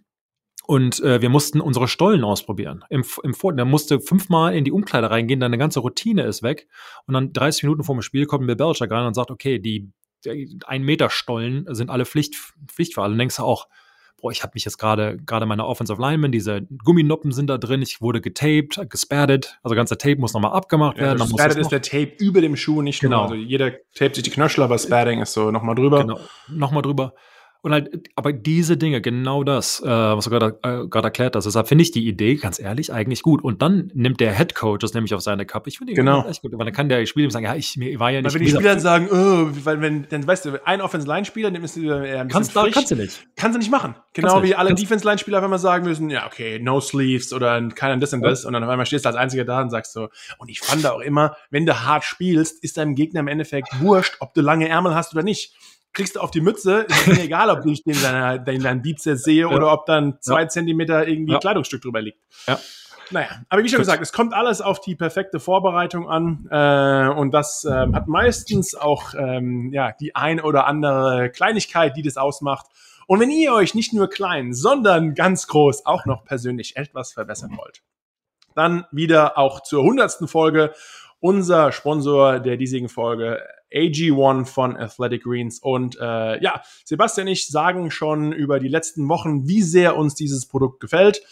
B: Und wir mussten unsere Stollen ausprobieren. Der musste 5-mal in die Umkleide reingehen, deine ganze Routine ist weg. Und dann 30 Minuten vor dem Spiel kommt Bill Belichick rein und sagt, okay, die 1 Meter Stollen sind alle Pflicht für alle. Und denkst du auch, boah, ich habe mich jetzt gerade meine Offensive Linemen, diese Gumminoppen sind da drin, ich wurde getaped, gespaddet, also ganze Tape muss nochmal abgemacht werden.
A: Spatted ist der Tape über dem Schuh, nicht nur, also jeder tapet sich die Knöchel, aber Spadding ist so nochmal drüber.
B: Genau, nochmal drüber. Und halt, aber diese Dinge, genau das, was du gerade erklärt hast, deshalb finde ich die Idee, ganz ehrlich, eigentlich gut. Und dann nimmt der Head Coach das nämlich auf seine Kappe. Ich finde die echt gut, weil dann kann der Spieler sagen, ja, mir war ja nicht.
A: Weil wenn die Spieler sagen, dann weißt du, ein Offense-Line-Spieler, dem ist ein bisschen frisch.
B: Kannst du nicht.
A: Kannst du nicht machen. Genau wie alle Defense-Line-Spieler, wenn wir sagen müssen, ja, okay, no sleeves oder keiner das und das. Und dann auf einmal stehst du als Einziger da und sagst so, und ich fand da auch immer, wenn du hart spielst, ist deinem Gegner im Endeffekt wurscht, ob du lange Ärmel hast oder nicht. Kriegst du auf die Mütze, ist mir egal, ob ich den deinen Bizeps sehe oder ob dann 2 Zentimeter irgendwie Kleidungsstück drüber liegt. Ja. Naja, aber wie schon gesagt, es kommt alles auf die perfekte Vorbereitung an und das hat meistens auch die ein oder andere Kleinigkeit, die das ausmacht. Und wenn ihr euch nicht nur klein, sondern ganz groß auch noch persönlich etwas verbessern wollt, dann wieder auch zur 100. Folge unser Sponsor der diesjährigen Folge, AG1 von Athletic Greens. Und Sebastian und ich sagen schon über die letzten Wochen, wie sehr uns dieses Produkt gefällt,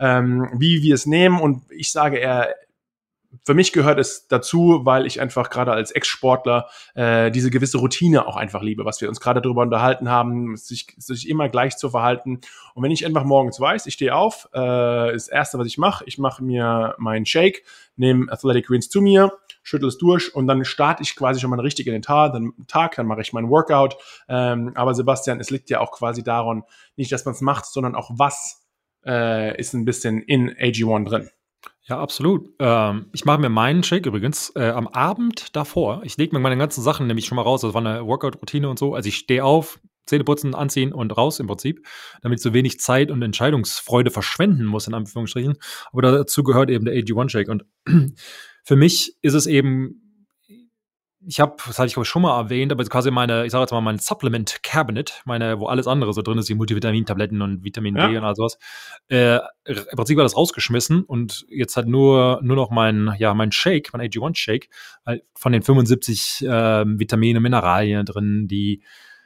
A: wie wir es nehmen. Und ich sage für mich gehört es dazu, weil ich einfach gerade als Ex-Sportler diese gewisse Routine auch einfach liebe, was wir uns gerade darüber unterhalten haben, sich immer gleich zu verhalten. Und wenn ich einfach morgens weiß, ich stehe auf, das Erste, was ich mache mir meinen Shake, nehme Athletic Greens zu mir, schüttel es durch und dann starte ich quasi schon mal richtig in den Tag, dann mache ich meinen Workout. Aber Sebastian, es liegt ja auch quasi daran, nicht, dass man es macht, sondern auch was ist ein bisschen in AG1 drin.
B: Ja, absolut. Ich mache mir meinen Shake übrigens am Abend davor. Ich lege mir meine ganzen Sachen nämlich schon mal raus. Das war eine Workout-Routine und so. Also ich stehe auf, Zähne putzen, anziehen und raus im Prinzip, damit ich so wenig Zeit und Entscheidungsfreude verschwenden muss, in Anführungsstrichen. Aber dazu gehört eben der AG1-Shake. Und für mich ist es eben, das hatte ich glaube ich schon mal erwähnt, aber quasi mein Supplement Cabinet, wo alles andere so drin ist, die Multivitamintabletten und Vitamin D und all sowas. Im Prinzip war das rausgeschmissen und jetzt hat nur noch mein Shake, mein AG1 Shake, halt von den 75 Vitamine, Mineralien drin, die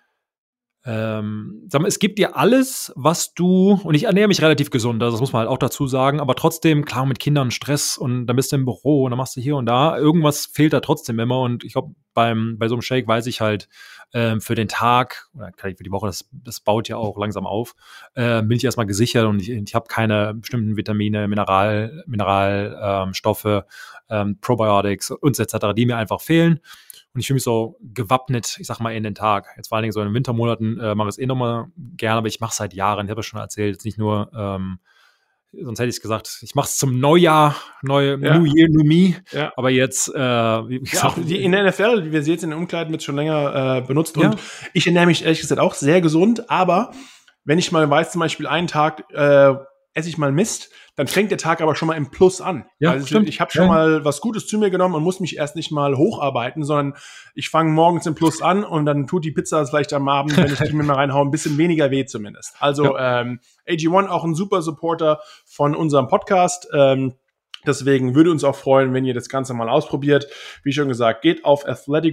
B: es gibt dir alles, was und ich ernähre mich relativ gesund, also das muss man halt auch dazu sagen, aber trotzdem, klar, mit Kindern Stress und dann bist du im Büro und dann machst du hier und da, irgendwas fehlt da trotzdem immer und ich glaube, bei so einem Shake weiß ich halt, für den Tag, oder für die Woche, das baut ja auch langsam auf, bin ich erstmal gesichert und ich habe keine bestimmten Vitamine, Mineralstoffe, Probiotics und etc., die mir einfach fehlen. Und ich fühle mich so gewappnet, ich sag mal, in den Tag. Jetzt vor allen Dingen so in den Wintermonaten mache ich es nochmal gerne, aber ich mache es seit Jahren. Ich habe es schon erzählt, jetzt nicht nur sonst hätte ich gesagt, ich mache es zum Neujahr, New Year, New Me.
A: Ja.
B: Aber jetzt, wie gesagt,
A: in der NFL, wir sehen jetzt in den Umkleiden, wird schon länger benutzt. Und ich ernähre mich ehrlich gesagt auch sehr gesund. Aber wenn ich mal weiß, zum Beispiel einen Tag esse ich mal Mist, dann fängt der Tag aber schon mal im Plus an.
B: Ja,
A: also ich habe schon mal was Gutes zu mir genommen und muss mich erst nicht mal hocharbeiten, sondern ich fange morgens im Plus an und dann tut die Pizza vielleicht am Abend, wenn ich die mir mal reinhaue, ein bisschen weniger weh zumindest. Also AG1 auch ein super Supporter von unserem Podcast. Deswegen würde uns auch freuen, wenn ihr das Ganze mal ausprobiert. Wie schon gesagt, geht auf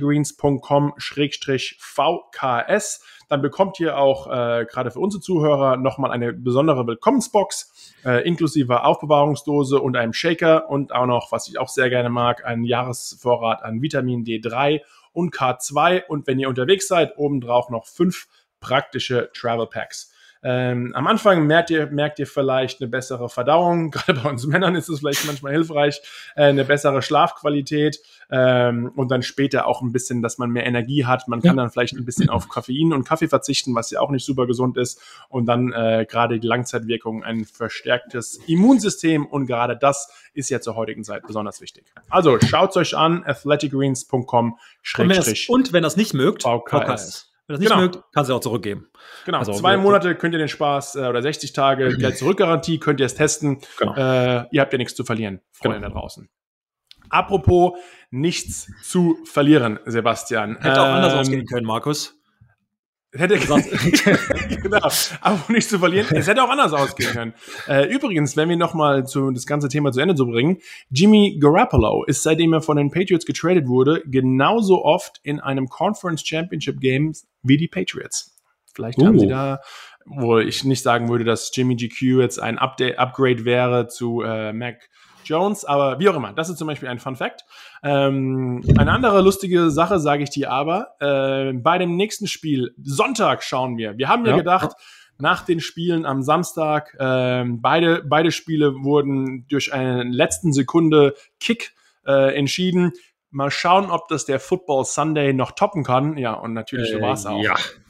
A: athleticgreens.com/VKS. Dann bekommt ihr auch gerade für unsere Zuhörer nochmal eine besondere Willkommensbox, inklusive Aufbewahrungsdose und einem Shaker und auch noch, was ich auch sehr gerne mag, einen Jahresvorrat an Vitamin D3 und K2 und wenn ihr unterwegs seid, obendrauf noch 5 praktische Travel Packs. Am Anfang merkt ihr vielleicht eine bessere Verdauung. Gerade bei uns Männern ist es vielleicht manchmal hilfreich, eine bessere Schlafqualität und dann später auch ein bisschen, dass man mehr Energie hat. Man kann dann vielleicht ein bisschen auf Koffein und Kaffee verzichten, was ja auch nicht super gesund ist. Und dann gerade die Langzeitwirkung, ein verstärktes Immunsystem und gerade das ist ja zur heutigen Zeit besonders wichtig. Also schaut es euch an, athleticgreens.com/VKS.
B: Und wenn das nicht mögt, VKS. Wenn das nicht mögt, kannst du auch zurückgeben.
A: Genau, also 2 Monate könnt ihr den Spaß oder 60 Tage Geld-Zurück-Garantie, könnt ihr es testen. Genau. Ihr habt ja nichts zu verlieren, Freunde da draußen. Apropos nichts zu verlieren, Sebastian.
B: Hätte auch anders ausgehen können, Markus.
A: Hätte gesagt, genau, aber nicht zu verlieren. Es hätte auch anders ausgehen können. Übrigens, wenn wir nochmal das ganze Thema zu Ende zu bringen, Jimmy Garoppolo ist, seitdem er von den Patriots getradet wurde, genauso oft in einem Conference Championship Game wie die Patriots. Vielleicht haben sie da, wo ich nicht sagen würde, dass Jimmy GQ jetzt ein Upgrade wäre zu Mac Jones, aber wie auch immer, das ist zum Beispiel ein Fun Fact. Eine andere lustige Sache sage ich dir aber, bei dem nächsten Spiel, Sonntag schauen wir. Wir haben ja gedacht, nach den Spielen am Samstag, beide Spiele wurden durch einen letzten Sekunde Kick entschieden. Mal schauen, ob das der Football Sunday noch toppen kann. Ja, und natürlich so war es auch.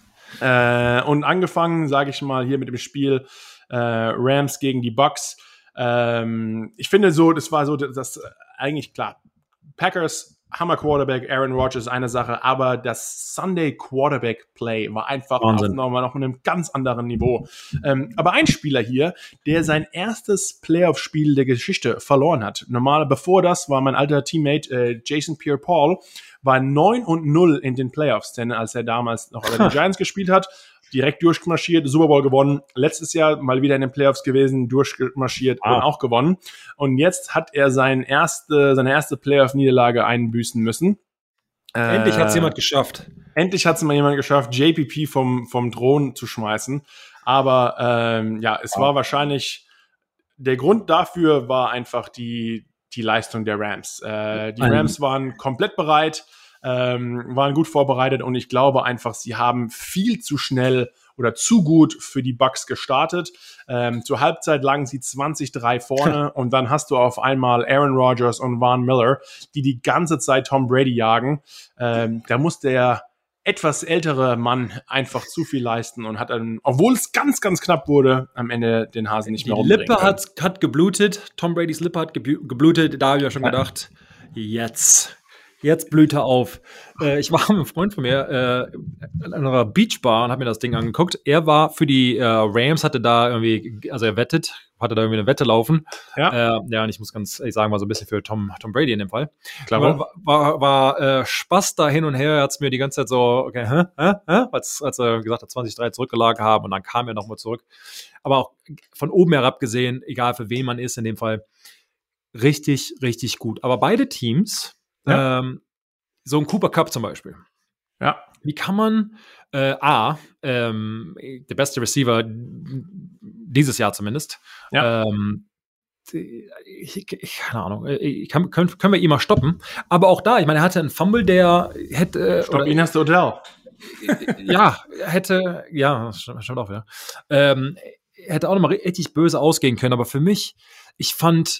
A: Ja. Und angefangen, sage ich mal, hier mit dem Spiel Rams gegen die Bucks. Ich finde so, das war so, das eigentlich klar. Packers, Hammer Quarterback, Aaron Rodgers, eine Sache, aber das Sunday Quarterback Play war einfach nochmal auf einem ganz anderen Niveau. Aber ein Spieler hier, der sein erstes Playoff-Spiel der Geschichte verloren hat. Normal, bevor das war mein alter Teammate Jason Pierre-Paul, war 9-0 in den Playoffs, denn als er damals noch bei den Giants gespielt hat, direkt durchmarschiert, Super Bowl gewonnen. Letztes Jahr mal wieder in den Playoffs gewesen, durchmarschiert und auch gewonnen. Und jetzt hat er seine erste Playoff-Niederlage einbüßen müssen.
B: Endlich hat es jemand geschafft.
A: Endlich hat es mal jemand geschafft, JPP vom Thron zu schmeißen. Aber es war wahrscheinlich, der Grund dafür war einfach die Leistung der Rams. Die Rams waren komplett bereit, waren gut vorbereitet und ich glaube einfach, sie haben viel zu schnell oder zu gut für die Bucks gestartet. Zur Halbzeit lagen sie 20-3 vorne und dann hast du auf einmal Aaron Rodgers und Von Miller, die ganze Zeit Tom Brady jagen. Da muss der etwas ältere Mann einfach zu viel leisten und hat dann, obwohl es ganz, ganz knapp wurde, am Ende den Hasen nicht mehr
B: umbringen können. Die Lippe hat geblutet, Tom Bradys Lippe hat geblutet, da habe ich ja schon gedacht, Jetzt blüht er auf. Ich war mit einem Freund von mir in einer Beachbar und habe mir das Ding angeguckt. Er war für die Rams, hatte da irgendwie eine Wette laufen. Und ich muss ganz ehrlich sagen, war so ein bisschen für Tom Brady in dem Fall. Klar. War Spaß da hin und her. Er hat es mir die ganze Zeit so, okay, als er gesagt hat, 20-3 zurückgelagert haben und dann kam er nochmal zurück. Aber auch von oben herab gesehen, egal für wen man ist in dem Fall, richtig, richtig gut. Aber beide Teams, so ein Cooper Kupp zum Beispiel.
A: Ja.
B: Wie kann man der beste Receiver dieses Jahr zumindest, keine Ahnung, können wir ihn mal stoppen. Aber auch da, ich meine, er hatte einen Fumble, der hätte...
A: Stopp ihn, hast du Odell.
B: Stimmt auch wieder. Hätte auch nochmal richtig böse ausgehen können, aber für mich, ich fand...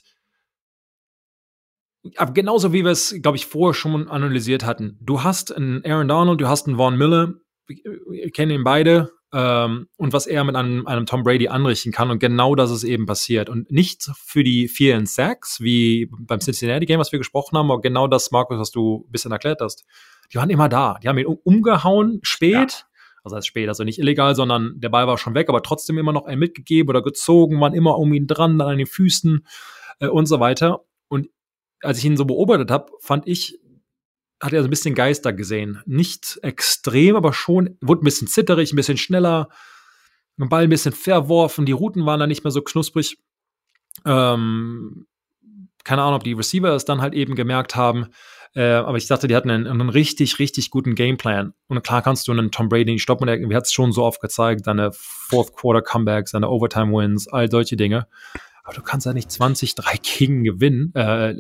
B: Aber genauso wie wir es, glaube ich, vorher schon analysiert hatten. Du hast einen Aaron Donald, du hast einen Von Miller, wir kennen ihn beide. und was er mit einem Tom Brady anrichten kann. Und genau das ist eben passiert. Und nicht für die vielen Sacks, wie beim Cincinnati-Game, was wir gesprochen haben, aber genau das, Markus, was du ein bisschen erklärt hast. Die waren immer da. Die haben ihn umgehauen, spät. Ja. Also heißt spät, also nicht illegal, sondern der Ball war schon weg, aber trotzdem immer noch einen mitgegeben oder gezogen, waren immer um ihn dran, dann an den Füßen und so weiter. Und als ich ihn so beobachtet habe, fand ich, hat er so ein bisschen Geister gesehen. Nicht extrem, aber schon, wurde ein bisschen zitterig, ein bisschen schneller, den Ball ein bisschen verworfen, die Routen waren dann nicht mehr so knusprig. Keine Ahnung, ob die Receiver es dann halt eben gemerkt haben. Aber ich dachte, die hatten einen richtig, richtig guten Gameplan. Und klar kannst du einen Tom Brady nicht stoppen. Und er hat es schon so oft gezeigt, seine Fourth-Quarter-Comebacks, seine Overtime-Wins, all solche Dinge. Aber du kannst ja nicht 20-3 gegen gewinnen,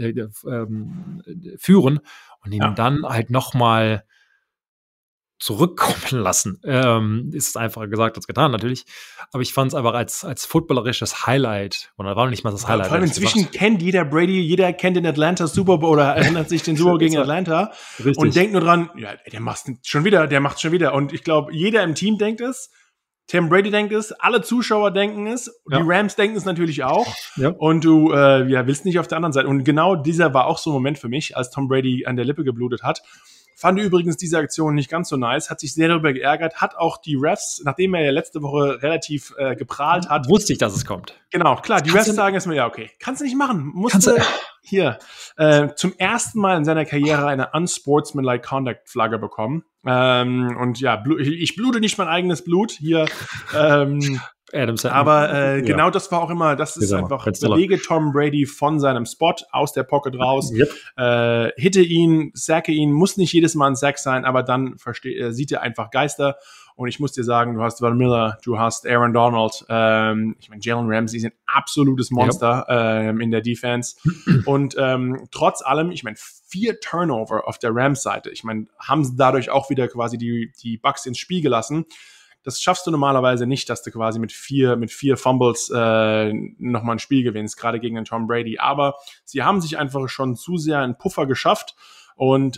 B: führen und ihn dann halt nochmal zurückkommen lassen. Ist einfacher gesagt als getan, natürlich. Aber ich fand es einfach als footballerisches Highlight. Und da war noch nicht mal das Highlight.
A: Vor allem inzwischen kennt jeder Brady, jeder kennt den Atlanta Super Bowl oder erinnert sich den Super Bowl gegen Atlanta. Richtig. Und denkt nur dran, ja, der macht's schon wieder. Und ich glaube, jeder im Team denkt es. Tom Brady denkt es, alle Zuschauer denken es, die Rams denken es natürlich auch. Ja. Und du willst nicht auf der anderen Seite. Und genau dieser war auch so ein Moment für mich, als Tom Brady an der Lippe geblutet hat. Fand übrigens diese Aktion nicht ganz so nice, hat sich sehr darüber geärgert, hat auch die Refs, nachdem er ja letzte Woche relativ geprahlt hat.
B: Wusste ich, dass es kommt.
A: Genau, klar, die Refs sagen erstmal, ja, okay, kannst du nicht machen. Hier zum ersten Mal in seiner Karriere eine unsportsmanlike Conduct Flagge bekommen. Und ja, ich blute nicht mein eigenes Blut hier. Aber genau das war auch immer, das ist einfach, bewege Tom Brady von seinem Spot aus der Pocket raus, hitte ihn, sacke ihn, muss nicht jedes Mal ein Sack sein, aber dann sieht er einfach Geister. Und ich muss dir sagen, du hast Von Miller, du hast Aaron Donald, ich meine, Jalen Ramsey ist ein absolutes Monster in der Defense. Und trotz allem, ich meine, 4 Turnover auf der Rams-Seite. Ich meine, haben sie dadurch auch wieder quasi die Bucks ins Spiel gelassen. Das schaffst du normalerweise nicht, dass du quasi mit vier Fumbles nochmal ein Spiel gewinnst, gerade gegen den Tom Brady. Aber sie haben sich einfach schon zu sehr einen Puffer geschafft. Und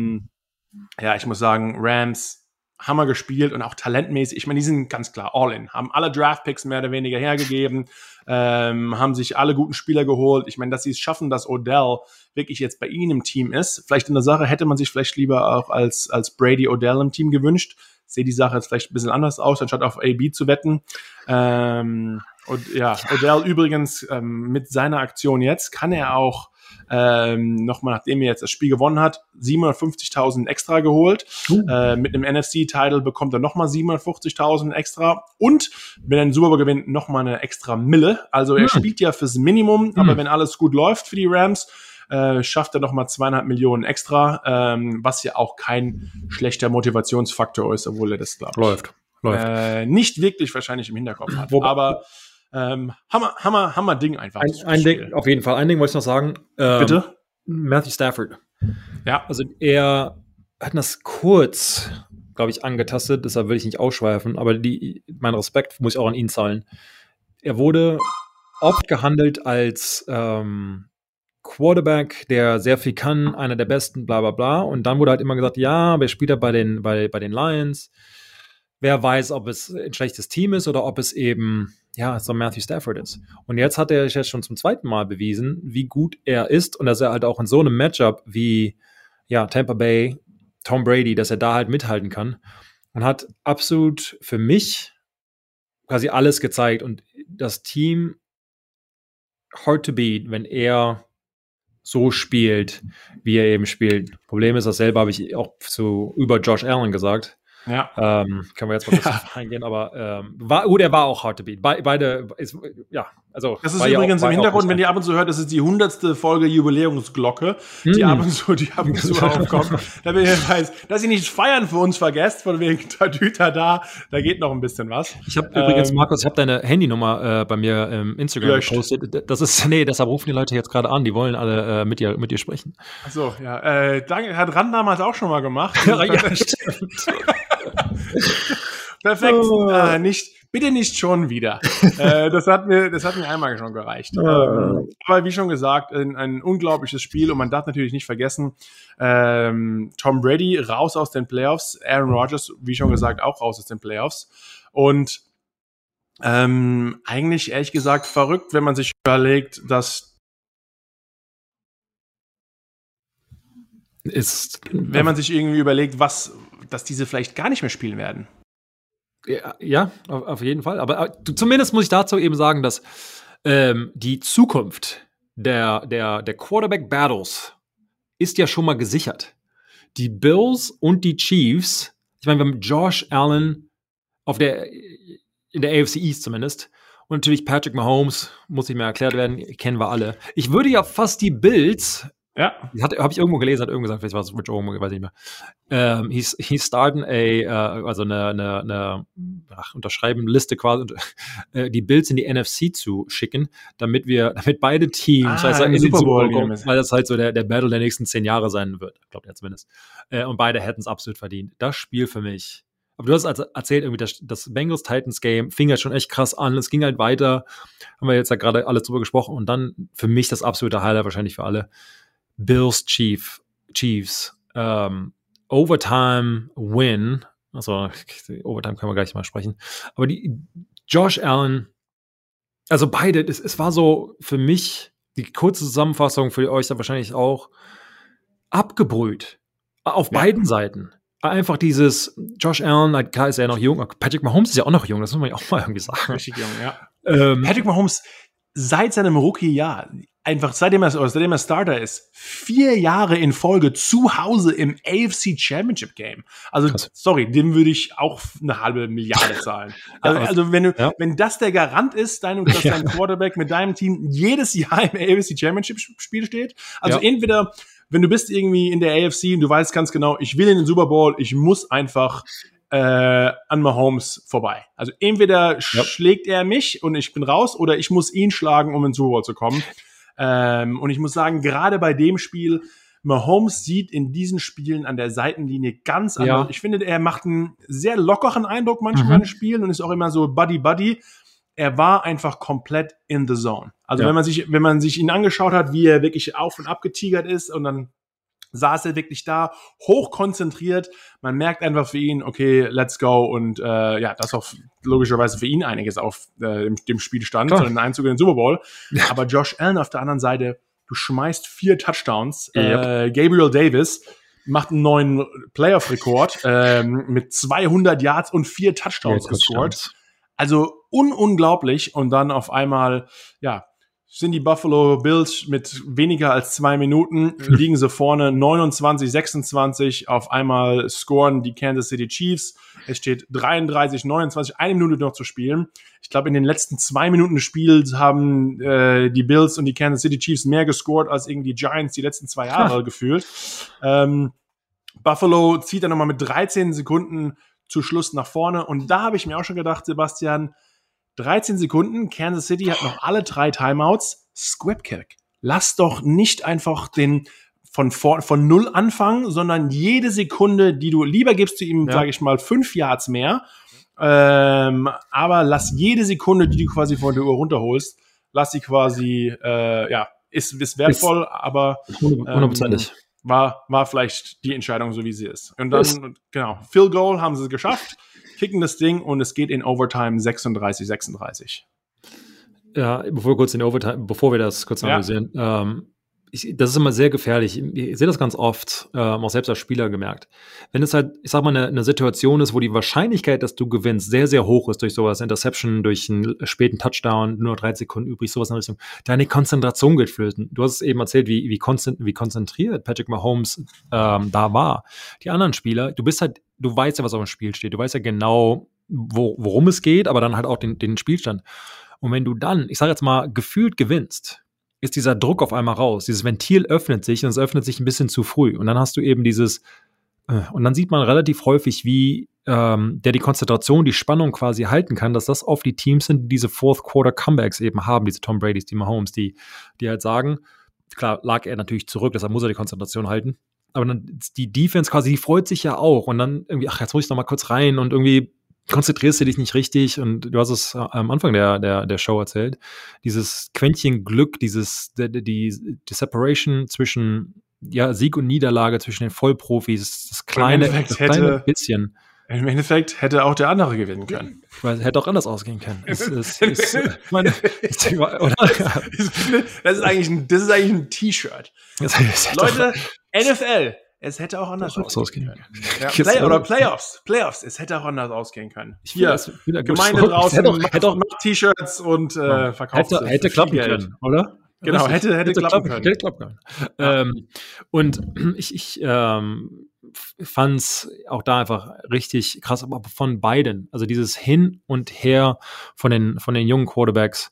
A: ich muss sagen, Rams Hammer gespielt und auch talentmäßig. Ich meine, die sind ganz klar all-in, haben alle Draft-Picks mehr oder weniger hergegeben, haben sich alle guten Spieler geholt. Ich meine, dass sie es schaffen, dass Odell wirklich jetzt bei ihnen im Team ist. Vielleicht in der Sache hätte man sich vielleicht lieber auch als Brady Odell im Team gewünscht. Sehe die Sache jetzt vielleicht ein bisschen anders aus, anstatt auf AB zu wetten. Und ja, Odell übrigens mit seiner Aktion jetzt kann er auch nochmal, nachdem er jetzt das Spiel gewonnen hat, 750.000 extra geholt. Mit einem NFC-Title bekommt er nochmal 750.000 extra und wenn er den Super Bowl gewinnt, nochmal eine extra Mille. Also er spielt ja fürs Minimum, aber wenn alles gut läuft für die Rams, schafft er nochmal 2,5 Millionen extra, was ja auch kein schlechter Motivationsfaktor ist, obwohl er das, glaube ich, läuft. Nicht wirklich wahrscheinlich im Hinterkopf hat. Aber Hammer Ding einfach.
B: Ein Ding, auf jeden Fall. Ein Ding wollte ich noch sagen.
A: Bitte?
B: Matthew Stafford.
A: Ja.
B: Also er hat das kurz, glaube ich, angetastet, deshalb will ich nicht ausschweifen, aber mein Respekt muss ich auch an ihn zahlen. Er wurde oft gehandelt als Quarterback, der sehr viel kann, einer der besten, bla bla bla. Und dann wurde halt immer gesagt, ja, aber er spielt ja bei den Lions. Wer weiß, ob es ein schlechtes Team ist oder ob es eben so Matthew Stafford ist. Und jetzt hat er jetzt schon zum zweiten Mal bewiesen, wie gut er ist und dass er halt auch in so einem Matchup wie Tampa Bay, Tom Brady, dass er da halt mithalten kann und hat absolut für mich quasi alles gezeigt und das Team hard to beat, wenn er so spielt, wie er eben spielt. Problem ist, dasselbe habe ich auch über Josh Allen gesagt.
A: Ja.
B: Können wir jetzt mal kurz eingehen, aber er war auch hard to beat. Beide, also.
A: Das ist übrigens im Hintergrund, wenn ihr ab und zu hört, das ist die 100. Folge Jubiläumsglocke, die ab und zu aufkommt. Damit ihr weiß, dass ihr nicht Feiern für uns vergesst, von wegen Tatüta da geht noch ein bisschen was.
B: Ich habe übrigens, Markus, deine Handynummer bei mir im Instagram gepostet. Deshalb rufen die Leute jetzt gerade an, die wollen alle mit dir sprechen.
A: Achso, ja. Danke, hat Rand damals auch schon mal gemacht.
B: Ja, stimmt.
A: Perfekt. Bitte nicht schon wieder. Das hat mir einmal schon gereicht. Aber wie schon gesagt, ein unglaubliches Spiel und man darf natürlich nicht vergessen, Tom Brady raus aus den Playoffs, Aaron Rodgers, wie schon gesagt, auch raus aus den Playoffs. Und eigentlich, ehrlich gesagt, verrückt, wenn man sich überlegt, dass wenn man sich irgendwie überlegt, dass diese vielleicht gar nicht mehr spielen werden.
B: Ja, auf jeden Fall. Aber zumindest muss ich dazu eben sagen, dass die Zukunft der Quarterback-Battles ist ja schon mal gesichert. Die Bills und die Chiefs, ich meine, wir haben Josh Allen in der AFC East zumindest. Und natürlich Patrick Mahomes, muss nicht mehr erklärt werden, kennen wir alle. Ich würde ja fast die Bills, habe ich irgendwo gelesen, hat irgendwo gesagt, vielleicht war es Rich Omo, weiß ich nicht mehr. He's starting also eine Unterschreiben-Liste quasi, die Bills in die NFC zu schicken, damit beide Teams, in den Super Bowl kommen, weil das halt so der Battle der nächsten 10 Jahre sein wird, glaubt er zumindest. Und beide hätten es absolut verdient. Das Spiel für mich. Aber du hast erzählt, irgendwie das Bengals-Titans-Game fing ja schon echt krass an. Es ging halt weiter. Haben wir jetzt ja gerade alles drüber gesprochen. Und dann für mich das absolute Highlight wahrscheinlich für alle. Bills Chiefs. Overtime Win. Also Overtime können wir gleich mal sprechen. Aber Josh Allen, also beide, es war so für mich die kurze Zusammenfassung, für euch dann wahrscheinlich auch, abgebrüht. Auf beiden Seiten. Einfach dieses Josh Allen, klar ist er ja noch jung, Patrick Mahomes ist ja auch noch jung, das muss man ja auch mal irgendwie sagen.
A: Richtig jung, ja. Patrick Mahomes seit seinem Rookie-Jahr, einfach seitdem er Starter ist, 4 Jahre in Folge zu Hause im AFC Championship Game. Also, krass. Sorry, dem würde ich auch 1,5 Milliarde zahlen. Also wenn das der Garant ist, dass dein Quarterback mit deinem Team jedes Jahr im AFC Championship Spiel steht, also entweder wenn du bist irgendwie in der AFC und du weißt ganz genau, ich will in den Super Bowl, ich muss einfach an Mahomes vorbei. Also entweder schlägt er mich und ich bin raus oder ich muss ihn schlagen, um in den Super Bowl zu kommen. Und ich muss sagen, gerade bei dem Spiel, Mahomes sieht in diesen Spielen an der Seitenlinie ganz anders. Ich finde, er macht einen sehr lockeren Eindruck manchmal in den Spielen und ist auch immer so Buddy-Buddy. Er war einfach komplett in the zone. Also wenn man sich ihn angeschaut hat, wie er wirklich auf und ab getigert ist und dann saß er wirklich da, hochkonzentriert. Man merkt einfach für ihn, okay, let's go. Und das auch logischerweise für ihn einiges auf dem Spiel stand, so einen Einzug in den Super Bowl. Aber Josh Allen auf der anderen Seite, du schmeißt 4 Touchdowns. Gabriel Davis macht einen neuen Playoff-Rekord mit 200 Yards und 4 Touchdowns gescored. Also unglaublich. Und dann auf einmal, sind die Buffalo Bills mit weniger als 2 Minuten, liegen sie vorne 29-26. Auf einmal scoren die Kansas City Chiefs. Es steht 33-29, 1 Minute noch zu spielen. Ich glaube, in den letzten 2 Minuten des Spiels haben die Bills und die Kansas City Chiefs mehr gescored als irgendwie die Giants die letzten 2 Jahre gefühlt. Buffalo zieht dann nochmal mit 13 Sekunden zu Schluss nach vorne. Und da habe ich mir auch schon gedacht, Sebastian, 13 Sekunden, Kansas City hat noch alle 3 Timeouts. Squibkick. Lass doch nicht einfach von 0 anfangen, sondern jede Sekunde, die du lieber gibst du ihm, sage ich mal, 5 Yards mehr. Aber lass jede Sekunde, die du quasi von der Uhr runterholst, lass sie quasi, ist wertvoll, aber
B: 100%.
A: War vielleicht die Entscheidung, so wie sie ist. Und dann, Field Goal haben sie es geschafft. Kicken das Ding und es geht in Overtime 36-36.
B: Ja, bevor wir das kurz analysieren, das ist immer sehr gefährlich. Ich sehe das ganz oft, auch selbst als Spieler gemerkt. Wenn es halt, ich sag mal, eine Situation ist, wo die Wahrscheinlichkeit, dass du gewinnst, sehr, sehr hoch ist durch sowas, Interception, durch einen späten Touchdown, nur 3 Sekunden übrig, sowas in der Richtung, deine Konzentration geht flöten. Du hast es eben erzählt, wie konzentriert Patrick Mahomes da war. Die anderen Spieler, du weißt ja, was auf dem Spiel steht. Du weißt ja genau, worum es geht, aber dann halt auch den Spielstand. Und wenn du dann, ich sage jetzt mal, gefühlt gewinnst, ist dieser Druck auf einmal raus. Dieses Ventil öffnet sich und es öffnet sich ein bisschen zu früh. Und dann hast du eben und dann sieht man relativ häufig, wie der die Konzentration, die Spannung quasi halten kann, dass das oft die Teams sind, die diese Fourth-Quarter-Comebacks eben haben, diese Tom Bradys, die Mahomes, die halt sagen, klar lag er natürlich zurück, deshalb muss er die Konzentration halten. Aber dann die Defense quasi, die freut sich ja auch. Und dann irgendwie, jetzt muss ich noch mal kurz rein und irgendwie konzentrierst du dich nicht richtig und du hast es am Anfang der Show erzählt, dieses Quäntchen Glück, die Separation zwischen Sieg und Niederlage, zwischen den Vollprofis, das kleine bisschen.
A: Im Endeffekt hätte auch der andere gewinnen können.
B: Weil hätte auch anders ausgehen können. Das ist
A: eigentlich ein T-Shirt. Leute, NFL, es hätte auch anders ausgehen können. Ja, Playoffs, es hätte auch anders ausgehen können.
B: Hier,
A: Gemeinde draußen, macht T-Shirts und verkauft sie.
B: Hätte klappen können, oder?
A: Genau, hätte klappen können.
B: Hätte klappen können. Ja. Und ich fand's auch da einfach richtig krass, aber von beiden. Also dieses Hin und Her von den jungen Quarterbacks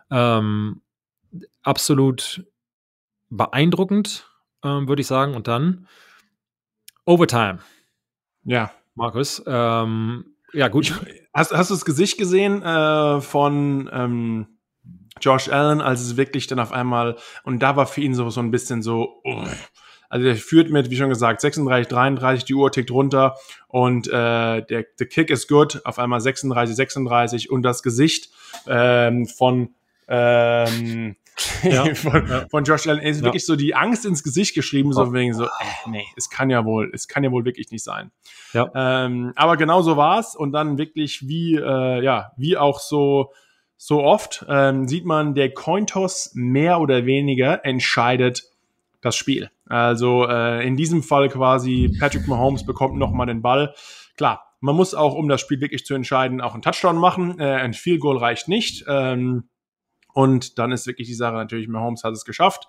B: absolut beeindruckend, würde ich sagen. Und dann Overtime.
A: Ja.
B: Markus. Ja, gut.
A: Hast du das Gesicht gesehen von Josh Allen, als es wirklich dann auf einmal, und da war für ihn so ein bisschen so, also der führt mit, wie schon gesagt, 36, 33, die Uhr tickt runter und der Kick ist good, auf einmal 36, 36 und das Gesicht von Josh Allen ist wirklich so die Angst ins Gesicht geschrieben, so wegen so, nee, es kann ja wohl wirklich nicht sein.
B: Ja.
A: Aber genau so war's und dann wirklich wie auch so oft sieht man, der Cointoss mehr oder weniger entscheidet das Spiel. Also in diesem Fall quasi Patrick Mahomes bekommt nochmal den Ball. Klar, man muss auch, um das Spiel wirklich zu entscheiden, auch einen Touchdown machen. Ein Field Goal reicht nicht. Und dann ist wirklich die Sache natürlich, Mahomes hat es geschafft.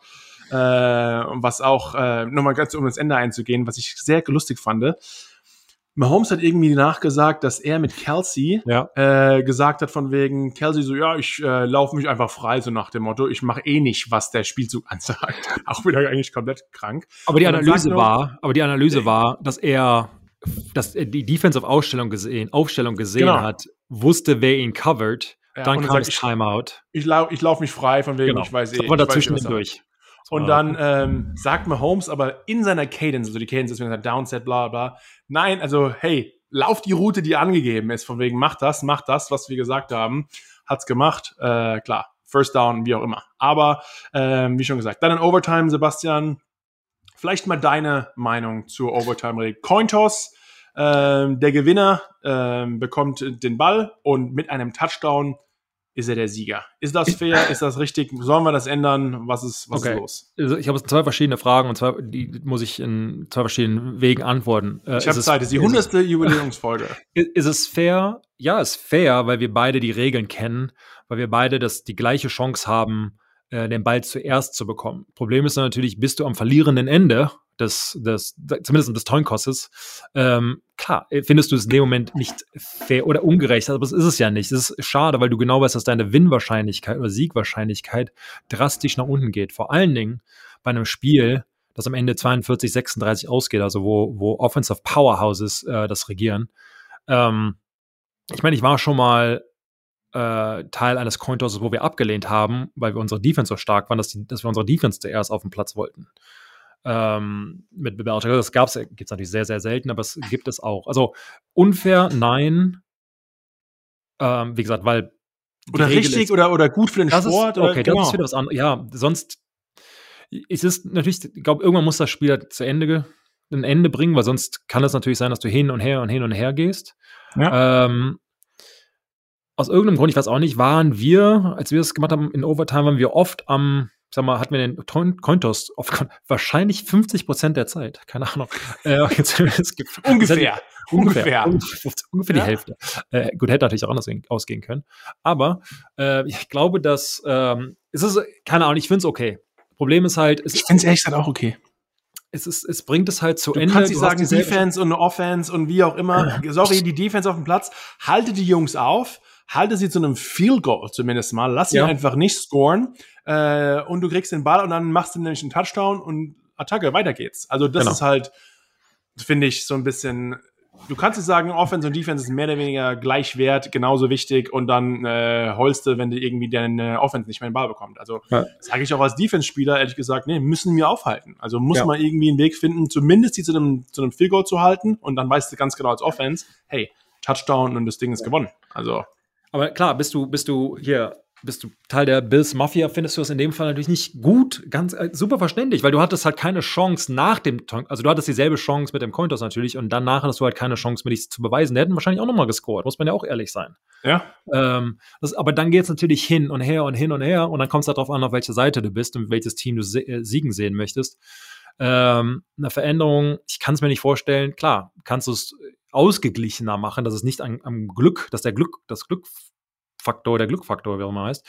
A: Was auch, nochmal ganz um das Ende einzugehen, was ich sehr lustig fand, Mahomes hat irgendwie nachgesagt, dass er mit Kelsey gesagt hat von wegen, Kelsey so, ja, ich laufe mich einfach frei, so nach dem Motto, ich mache eh nicht, was der Spielzug ansagt. Auch wieder eigentlich komplett krank.
B: Aber die Analyse war, dass er die Defensive-Aufstellung gesehen hat, wusste, wer ihn covert, dann kam das Timeout.
A: Ich lauf mich frei, von wegen, ich weiß eh.
B: Aber dazwischen durch.
A: Und dann sagt Mahomes aber in seiner Cadence, also die Cadence ist, wenn er sagt, Downset, bla bla, nein, also hey, lauf die Route, die angegeben ist, von wegen, mach das, was wir gesagt haben, hat's gemacht, klar, First Down, wie auch immer. Aber, wie schon gesagt, dann in Overtime, Sebastian, vielleicht mal deine Meinung zur Overtime-Regel. Cointoss, der Gewinner bekommt den Ball und mit einem Touchdown ist er der Sieger. Ist das fair? Ist das richtig? Sollen wir das ändern? Was ist los?
B: Also ich habe jetzt 2 verschiedene Fragen und die muss ich in 2 verschiedenen Wegen antworten.
A: Ich habe Zeit. Das ist die 100. Jubiläumsfolge.
B: Ist es fair? Ja, ist fair, weil wir beide die Regeln kennen, weil wir beide die gleiche Chance haben, den Ball zuerst zu bekommen. Problem ist dann natürlich, bist du am verlierenden Ende zumindest des Toinkosses, klar, findest du es in dem Moment nicht fair oder ungerecht, aber das ist es ja nicht. Es ist schade, weil du genau weißt, dass deine Win-Wahrscheinlichkeit oder Siegwahrscheinlichkeit drastisch nach unten geht. Vor allen Dingen bei einem Spiel, das am Ende 42, 36 ausgeht, also wo Offensive Powerhouses das regieren. Ich meine, ich war schon mal Teil eines Cointosses, wo wir abgelehnt haben, weil wir unsere Defense so stark waren, dass wir unsere Defense zuerst auf den Platz wollten. Mit Belichick. Das gibt's natürlich sehr, sehr selten, aber es gibt es auch. Also unfair, nein. Wie gesagt, weil
A: oder richtig oder gut für den Sport.
B: Okay, das ist wieder was anderes. Ja, sonst ist es natürlich, ich glaube, irgendwann muss das Spiel ein Ende bringen, weil sonst kann es natürlich sein, dass du hin und her gehst. Ja. Aus irgendeinem Grund, ich weiß auch nicht, als wir das gemacht haben in Overtime, waren wir oft hatten wir den Cointoss wahrscheinlich 50% der Zeit. Keine Ahnung.
A: Ungefähr
B: die Hälfte. Gut, hätte natürlich auch anders ausgehen können. Aber ich glaube, dass es ist, keine Ahnung, ich finde es okay. Problem ist halt,
A: ich finde es ehrlich gesagt auch okay.
B: Es bringt es halt zu Ende.
A: Du kannst nicht sagen, Defense und Offense und wie auch immer. Sorry, die Defense auf dem Platz. Halte die Jungs auf. Halte sie zu einem Field Goal zumindest mal. Lass sie einfach nicht scoren. Und du kriegst den Ball und dann machst du nämlich einen Touchdown und Attacke, weiter geht's. Also das ist halt, finde ich, so ein bisschen, du kannst nicht sagen, Offense und Defense ist mehr oder weniger gleich wert, genauso wichtig und dann heulst du, wenn du irgendwie deine Offense nicht mehr den Ball bekommt. Also sage ich auch als Defense-Spieler, ehrlich gesagt, nee, müssen wir aufhalten. Also muss man irgendwie einen Weg finden, zumindest die zu einem Field Goal zu halten und dann weißt du ganz genau als Offense, hey, Touchdown und das Ding ist gewonnen. Also.
B: Aber klar, bist du Teil der Bills Mafia, findest du das in dem Fall natürlich nicht gut, ganz super verständlich, weil du hattest halt keine Chance nach dem, also du hattest dieselbe Chance mit dem Cointos natürlich und danach hattest du halt keine Chance mehr, dich zu beweisen. Die hätten wahrscheinlich auch nochmal gescored, muss man ja auch ehrlich sein.
A: Ja.
B: Aber dann geht es natürlich hin und her und hin und her und dann kommt es halt darauf an, auf welcher Seite du bist und welches Team du siegen sehen möchtest. Eine Veränderung, ich kann es mir nicht vorstellen, klar, kannst du es ausgeglichener machen, dass es nicht am Glück, dass der Glückfaktor, wie auch immer heißt,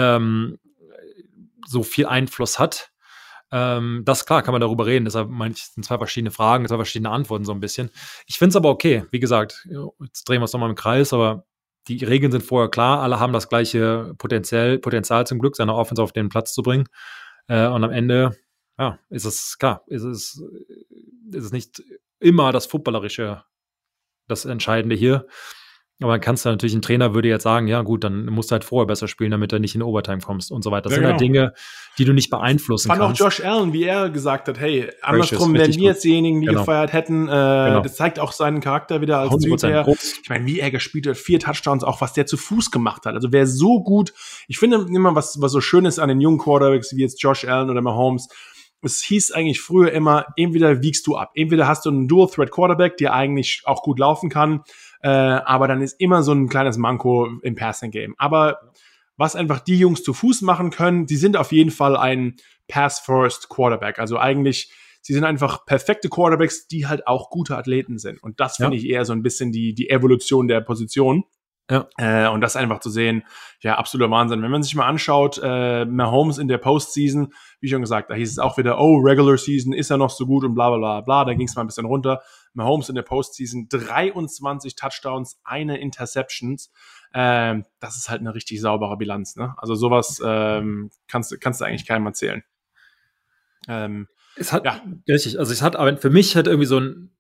B: so viel Einfluss hat. Das, klar, kann man darüber reden. Deshalb meine ich, es sind zwei verschiedene Fragen, zwei verschiedene Antworten so ein bisschen. Ich finde es aber okay. Wie gesagt, jetzt drehen wir es nochmal im Kreis, aber die Regeln sind vorher klar. Alle haben das gleiche Potenzial zum Glück, seine Offense auf den Platz zu bringen. Und am Ende, ja, ist es klar, ist es nicht immer das Footballerische, das Entscheidende hier. Aber dann kannst du natürlich, ein Trainer würde jetzt sagen, ja gut, dann musst du halt vorher besser spielen, damit du nicht in Overtime kommst und so weiter. Das sind halt Dinge, die du nicht beeinflussen kannst.
A: Fand auch Josh Allen, wie er gesagt hat, hey, andersrum wären wir jetzt diejenigen, die gefeiert hätten. Das zeigt auch seinen Charakter wieder als Typ her. Ich meine, wie er gespielt hat, 4 Touchdowns, auch was der zu Fuß gemacht hat. Also wer so gut, ich finde immer, was so schön ist an den jungen Quarterbacks, wie jetzt Josh Allen oder Mahomes, es hieß eigentlich früher immer, entweder wiegst du ab, entweder hast du einen Dual-Threat-Quarterback, der eigentlich auch gut laufen kann, aber dann ist immer so ein kleines Manko im Passing-Game. Aber was einfach die Jungs zu Fuß machen können, die sind auf jeden Fall ein Pass-First-Quarterback. Also eigentlich, sie sind einfach perfekte Quarterbacks, die halt auch gute Athleten sind. Und das finde ich eher so ein bisschen die Evolution der Position. Ja. Und das einfach zu sehen, ja, absoluter Wahnsinn. Wenn man sich mal anschaut, Mahomes in der Postseason, wie schon gesagt, da hieß es auch wieder, Regular Season, ist er noch so gut und bla bla bla bla, da ging es mal ein bisschen runter. Mahomes in der Postseason, 23 Touchdowns, 1 Interceptions, das ist halt eine richtig saubere Bilanz, ne? Also sowas kannst du eigentlich keinem erzählen.
B: Es hat, richtig, also es hat, aber für mich halt irgendwie so ein,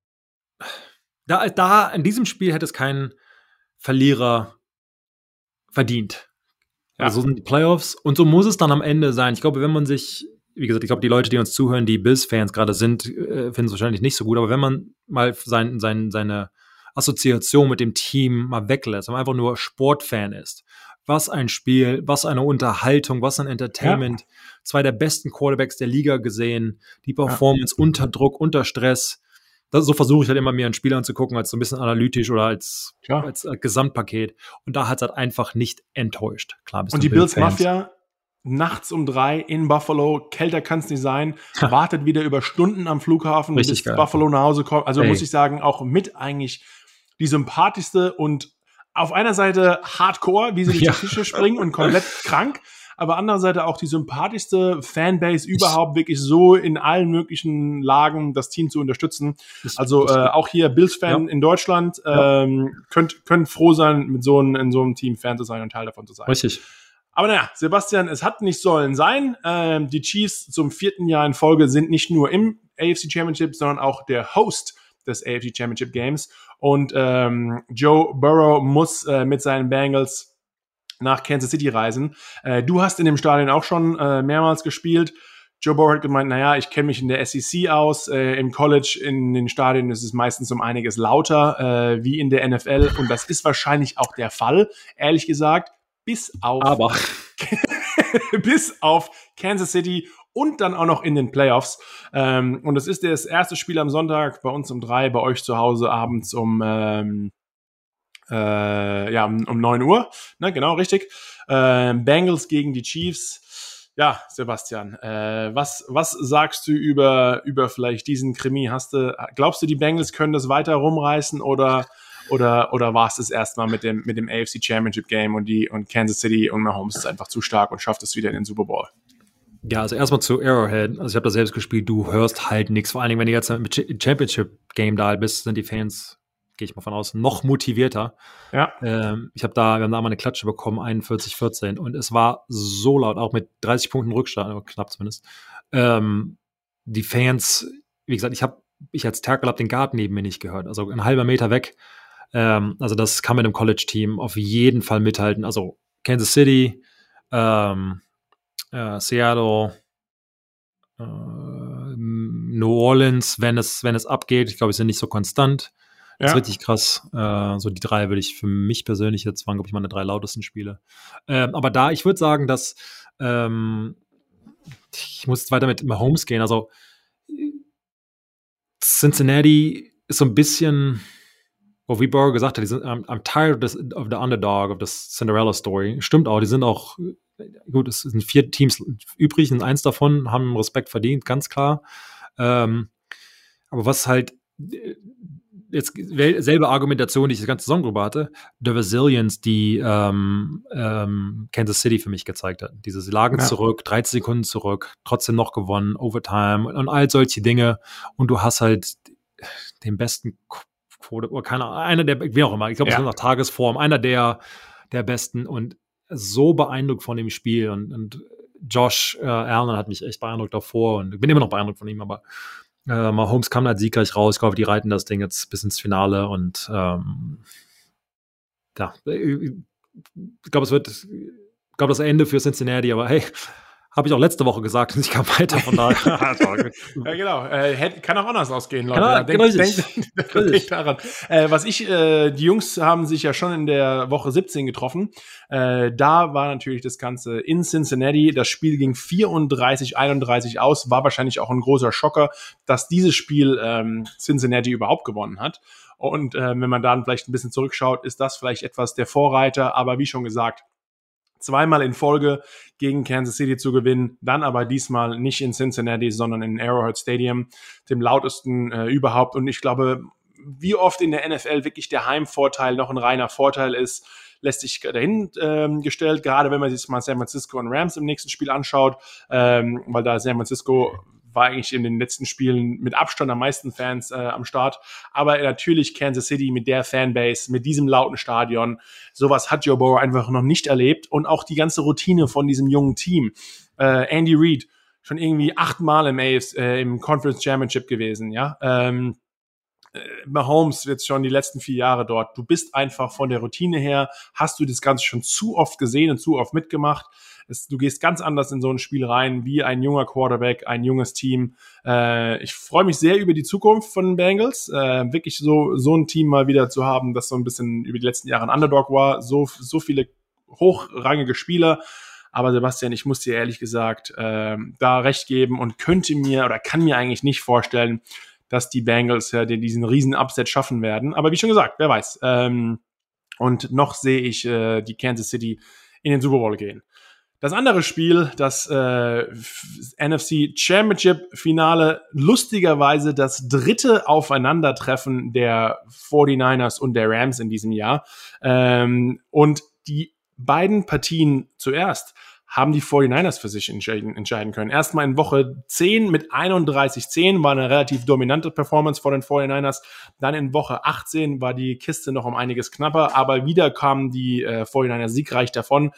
B: da in diesem Spiel hätte es keinen Verlierer verdient. Ja. Also so sind die Playoffs und so muss es dann am Ende sein. Ich glaube, wenn man sich, wie gesagt, ich glaube, die Leute, die uns zuhören, die Bills-Fans gerade sind, finden es wahrscheinlich nicht so gut, aber wenn man mal seine Assoziation mit dem Team mal weglässt, wenn man einfach nur Sportfan ist, was ein Spiel, was eine Unterhaltung, was ein Entertainment, 2 der besten Quarterbacks der Liga gesehen, die Performance unter Druck, unter Stress. So versuche ich halt immer, mir ein Spiel anzugucken, als so ein bisschen analytisch oder als Gesamtpaket. Und da hat es halt einfach nicht enttäuscht. Klar,
A: und die Bills Mafia nachts um 3 in Buffalo, kälter kann es nicht sein, wartet wieder über Stunden am Flughafen, bis Buffalo nach Hause kommt. Also muss ich sagen, auch mit eigentlich die sympathischste und auf einer Seite Hardcore, wie sie durch die Tische springen und komplett krank, aber andererseits auch die sympathischste Fanbase überhaupt, wirklich so in allen möglichen Lagen das Team zu unterstützen. Also auch hier Bills-Fan in Deutschland könnt froh sein, in so einem Team Fan zu sein und Teil davon zu sein.
B: Richtig.
A: Aber naja, Sebastian, es hat nicht sollen sein. Die Chiefs zum 4. Jahr in Folge sind nicht nur im AFC Championship, sondern auch der Host des AFC Championship Games. Und Joe Burrow muss mit seinen Bengals nach Kansas City reisen. Du hast in dem Stadion auch schon mehrmals gespielt. Joe Burrow hat gemeint, naja, ich kenne mich in der SEC aus. Im College, in den Stadien ist es meistens um einiges lauter wie in der NFL. Und das ist wahrscheinlich auch der Fall, ehrlich gesagt. Bis auf Kansas City und dann auch noch in den Playoffs. Und es ist das erste Spiel am Sonntag, bei uns um 3, bei euch zu Hause abends um 9 Uhr. Ne, genau, richtig. Bengals gegen die Chiefs. Ja, Sebastian, was sagst du über vielleicht diesen Krimi? Glaubst du, die Bengals können das weiter rumreißen oder war es das erstmal mit dem AFC Championship Game und Kansas City und Mahomes ist einfach zu stark und schafft es wieder in den Super Bowl?
B: Ja, also erstmal zu Arrowhead. Also ich habe da selbst gespielt, du hörst halt nichts. Vor allen Dingen, wenn du jetzt im Championship Game da bist, sind die Fans, gehe ich mal von aus, noch motivierter. Ja. Wir haben da mal eine Klatsche bekommen, 41-14 und es war so laut, auch mit 30 Punkten Rückstand, knapp zumindest. Die Fans, wie gesagt, ich als Tackle habe den Guard neben mir nicht gehört, also ein halber Meter weg. Also das kann mit einem College-Team auf jeden Fall mithalten. Also Kansas City, Seattle, New Orleans, wenn es abgeht, ich glaube, sie sind nicht so konstant. Das ist richtig krass. So die 3 würde ich für mich persönlich, jetzt waren, glaube ich, meine 3 lautesten Spiele. Aber ich würde sagen, dass ich muss jetzt weiter mit Mahomes gehen. Also Cincinnati ist so ein bisschen, wie Burrow gesagt hat, die sind I'm tired of the underdog, of the Cinderella Story. Stimmt auch, die sind auch, gut, es sind 4 Teams übrig und 1 davon haben Respekt verdient, ganz klar. Aber was halt jetzt selbe Argumentation, die ich die ganze Saison drüber hatte, the Resilience, die Kansas City für mich gezeigt hat. Diese lagen zurück, 13 Sekunden zurück, trotzdem noch gewonnen, Overtime und all solche Dinge. Und du hast halt den besten Quote, oder keine Ahnung, einer der, wie auch immer, ich glaube, es ist nach Tagesform, einer der besten und so beeindruckt von dem Spiel. Und Josh Allen hat mich echt beeindruckt davor und ich bin immer noch beeindruckt von ihm, aber Mahomes kam halt siegreich raus. Ich glaube, die reiten das Ding jetzt bis ins Finale und ich glaube, das Ende für Cincinnati, aber hey, habe ich auch letzte Woche gesagt, ich kam weiter von da.
A: Ja, genau. Kann auch anders ausgehen, Leute. Denkt daran. Die Jungs haben sich ja schon in der Woche 17 getroffen. Da war natürlich das Ganze in Cincinnati. Das Spiel ging 34-31 aus. War wahrscheinlich auch ein großer Schocker, dass dieses Spiel Cincinnati überhaupt gewonnen hat. Und wenn man dann vielleicht ein bisschen zurückschaut, ist das vielleicht etwas der Vorreiter. Aber wie schon gesagt, 2-mal in Folge gegen Kansas City zu gewinnen, dann aber diesmal nicht in Cincinnati, sondern in Arrowhead Stadium, dem lautesten überhaupt. Und ich glaube, wie oft in der NFL wirklich der Heimvorteil noch ein reiner Vorteil ist, lässt sich dahingestellt, gerade wenn man sich mal San Francisco und Rams im nächsten Spiel anschaut, weil da San Francisco war eigentlich in den letzten Spielen mit Abstand am meisten Fans am Start. Aber natürlich Kansas City mit der Fanbase, mit diesem lauten Stadion, sowas hat Joe Burrow einfach noch nicht erlebt. Und auch die ganze Routine von diesem jungen Team. Andy Reid, schon irgendwie 8-mal im Conference Championship gewesen, ja. Mahomes jetzt schon die letzten 4 Jahre dort. Du bist einfach von der Routine her, hast du das Ganze schon zu oft gesehen und zu oft mitgemacht. Du gehst ganz anders in so ein Spiel rein, wie ein junger Quarterback, ein junges Team. Ich freue mich sehr über die Zukunft von den Bengals. Wirklich so ein Team mal wieder zu haben, das so ein bisschen über die letzten Jahre ein Underdog war. So viele hochrangige Spieler. Aber Sebastian, ich muss dir ehrlich gesagt da recht geben und kann mir eigentlich nicht vorstellen, dass die Bengals diesen riesen Upset schaffen werden. Aber wie schon gesagt, wer weiß. Und noch sehe ich die Kansas City in den Super Bowl gehen. Das andere Spiel, das NFC Championship Finale, lustigerweise das 3. Aufeinandertreffen der 49ers und der Rams in diesem Jahr. Und die beiden Partien zuerst haben die 49ers für sich entscheiden können. Erstmal in Woche 10 mit 31-10 war eine relativ dominante Performance von den 49ers. Dann in Woche 18 war die Kiste noch um einiges knapper, aber wieder kamen die 49ers siegreich davon.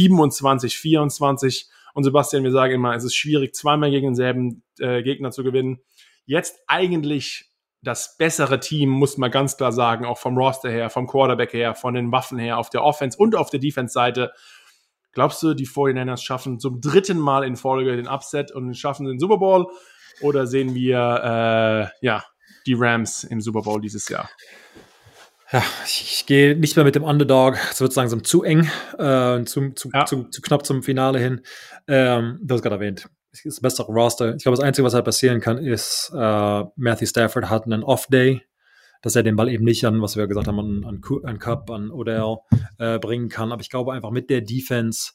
A: 27-24. Und Sebastian, wir sagen immer, es ist schwierig, 2-mal gegen denselben Gegner zu gewinnen. Jetzt eigentlich das bessere Team, muss man ganz klar sagen, auch vom Roster her, vom Quarterback her, von den Waffen her, auf der Offense- und auf der Defense-Seite. Glaubst du, die 49ers schaffen zum 3. Mal in Folge den Upset und schaffen den Super Bowl? Oder sehen wir die Rams im Super Bowl dieses Jahr?
B: Ja, ich gehe nicht mehr mit dem Underdog. Es wird langsam zu eng, zu knapp zum Finale hin. Du hast gerade erwähnt, es ist das bessere Roster. Ich glaube, das Einzige, was halt passieren kann, ist, Matthew Stafford hat einen Off-Day, dass er den Ball eben nicht an, was wir gesagt haben, an Cup, an Odell bringen kann. Aber ich glaube einfach mit der Defense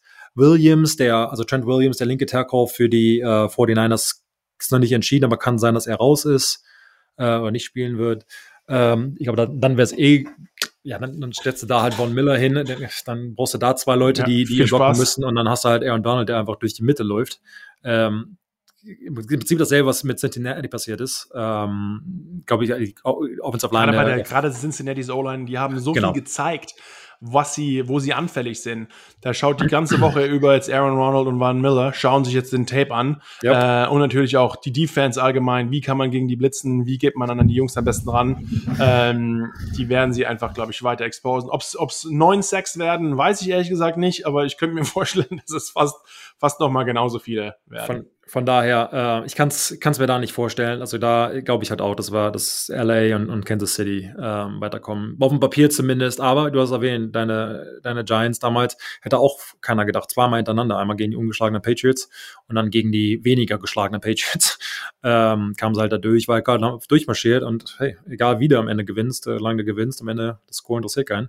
B: Trent Williams, der linke Tackle für die 49ers, ist noch nicht entschieden, aber kann sein, dass er raus ist oder nicht spielen wird. Ich glaube, dann wäre es dann stellst du da halt Von Miller hin, dann brauchst du da 2 Leute, die blocken müssen und dann hast du halt Aaron Donald, der einfach durch die Mitte läuft. Im Prinzip dasselbe, was mit Cincinnati passiert ist. Glaube ich, die Offensive Line.
A: Gerade Cincinnati's O-Line, die haben so viel gezeigt, wo sie anfällig sind. Da schaut die ganze Woche über jetzt Aaron Ronald und Von Miller, schauen sich jetzt den Tape an. Yep. Und natürlich auch die Defense allgemein. Wie kann man gegen die blitzen? Wie geht man an die Jungs am besten ran? Die werden sie einfach, glaube ich, weiter exposen. Ob's 9 Sacks werden, weiß ich ehrlich gesagt nicht. Aber ich könnte mir vorstellen, dass es fast noch mal genauso viele werden.
B: Von daher, ich kann's mir da nicht vorstellen. Also da glaube ich halt auch, dass LA und Kansas City weiterkommen. Auf dem Papier zumindest. Aber du hast erwähnt, deine Giants damals hätte auch keiner gedacht. Zweimal hintereinander. Einmal gegen die ungeschlagenen Patriots und dann gegen die weniger geschlagenen Patriots. Kamen sie halt da durch, weil gerade durchmarschiert. Und hey, egal wie du am Ende gewinnst, lange du gewinnst, am Ende das Score interessiert keinen.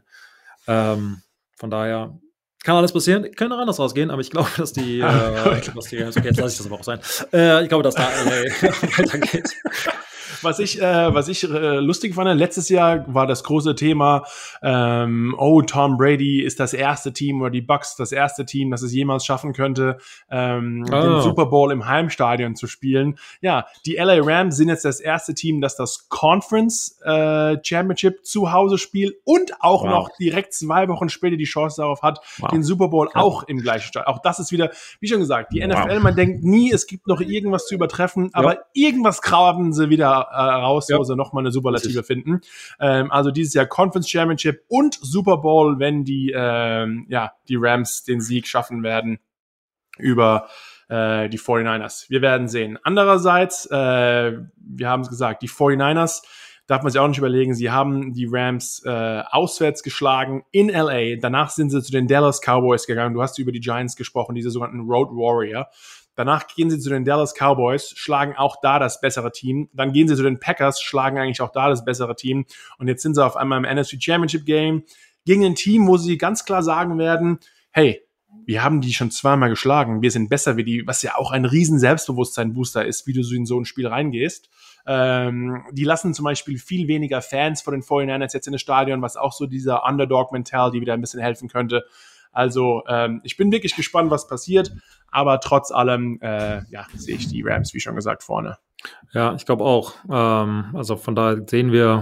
B: Von daher kann alles passieren, kann auch anders rausgehen, aber ich glaube, dass okay, jetzt lasse ich das aber auch sein. Ich glaube, dass da weitergeht.
A: Was ich lustig fand, letztes Jahr war das große Thema, Tom Brady ist das erste Team oder die Bucks das erste Team, das es jemals schaffen könnte, den Super Bowl im Heimstadion zu spielen. Ja, die LA Rams sind jetzt das erste Team, das das Conference Championship zu Hause spielt und auch noch direkt 2 Wochen später die Chance darauf hat, den Super Bowl auch im gleichen Stadion. Auch das ist wieder, wie schon gesagt, die NFL, man denkt nie, es gibt noch irgendwas zu übertreffen, aber irgendwas graben sie wieder raus, wo sie nochmal eine Superlative finden. Also dieses Jahr Conference Championship und Super Bowl, wenn die Rams den Sieg schaffen werden über die 49ers. Wir werden sehen. Andererseits, wir haben es gesagt, die 49ers, darf man sich auch nicht überlegen, sie haben die Rams auswärts geschlagen in LA. Danach sind sie zu den Dallas Cowboys gegangen. Du hast über die Giants gesprochen, diese sogenannten Road Warrior. Danach gehen sie zu den Dallas Cowboys, schlagen auch da das bessere Team. Dann gehen sie zu den Packers, schlagen eigentlich auch da das bessere Team. Und jetzt sind sie auf einmal im NFC Championship Game gegen ein Team, wo sie ganz klar sagen werden, hey, wir haben die schon 2-mal geschlagen, wir sind besser wie die, was ja auch ein riesen Selbstbewusstsein-Booster ist, wie du so in so ein Spiel reingehst. Die lassen zum Beispiel viel weniger Fans von den 49ers jetzt in das Stadion, was auch so dieser Underdog-Mentality wieder ein bisschen helfen könnte. Also ich bin wirklich gespannt, was passiert, aber trotz allem sehe ich die Rams, wie schon gesagt, vorne.
B: Ja, ich glaube auch. Also von daher sehen wir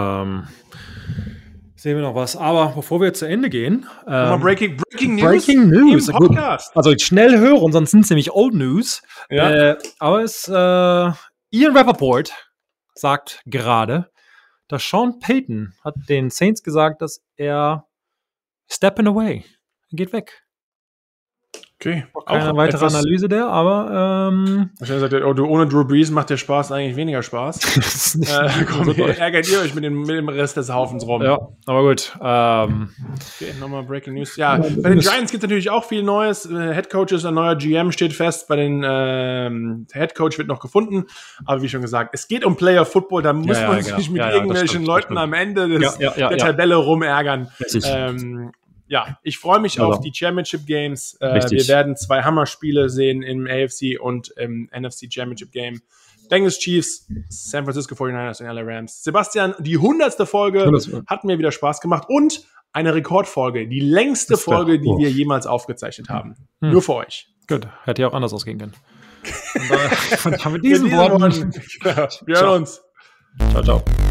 B: noch was. Aber bevor wir zu Ende gehen,
A: Breaking News
B: im Podcast. Also schnell hören, sonst sind es nämlich Old News. Ja. Aber Ian Rappaport sagt gerade, dass Sean Payton hat den Saints gesagt, dass er stepping away. Geht weg.
A: Okay.
B: Keine weitere Analyse der, aber
A: wahrscheinlich sagt er, ohne Drew Brees macht der Spaß eigentlich weniger Spaß. Ärgert ihr euch mit dem Rest des Haufens rum.
B: Ja, aber gut.
A: Okay, nochmal Breaking News. Ja, bei den Giants gibt es natürlich auch viel Neues. Head Coach ist ein neuer GM, steht fest. Bei den Head Coach wird noch gefunden. Aber wie schon gesagt, es geht um Player Football. Da muss man sich mit irgendwelchen Leuten am Ende der Tabelle rumärgern. Ja, ich freue mich auf die Championship Games. Wir werden 2 Hammerspiele sehen im AFC und im NFC Championship Game. Bengals Chiefs, San Francisco 49ers und LA Rams. Sebastian, die 100. Folge hat mir wieder Spaß gemacht und eine Rekordfolge. Die längste Folge, die wir jemals aufgezeichnet haben. Nur für euch.
B: Gut, hätte ja auch anders ausgehen können. Und mit diesen Worten.
A: Wir hören uns.
B: Ciao, ciao.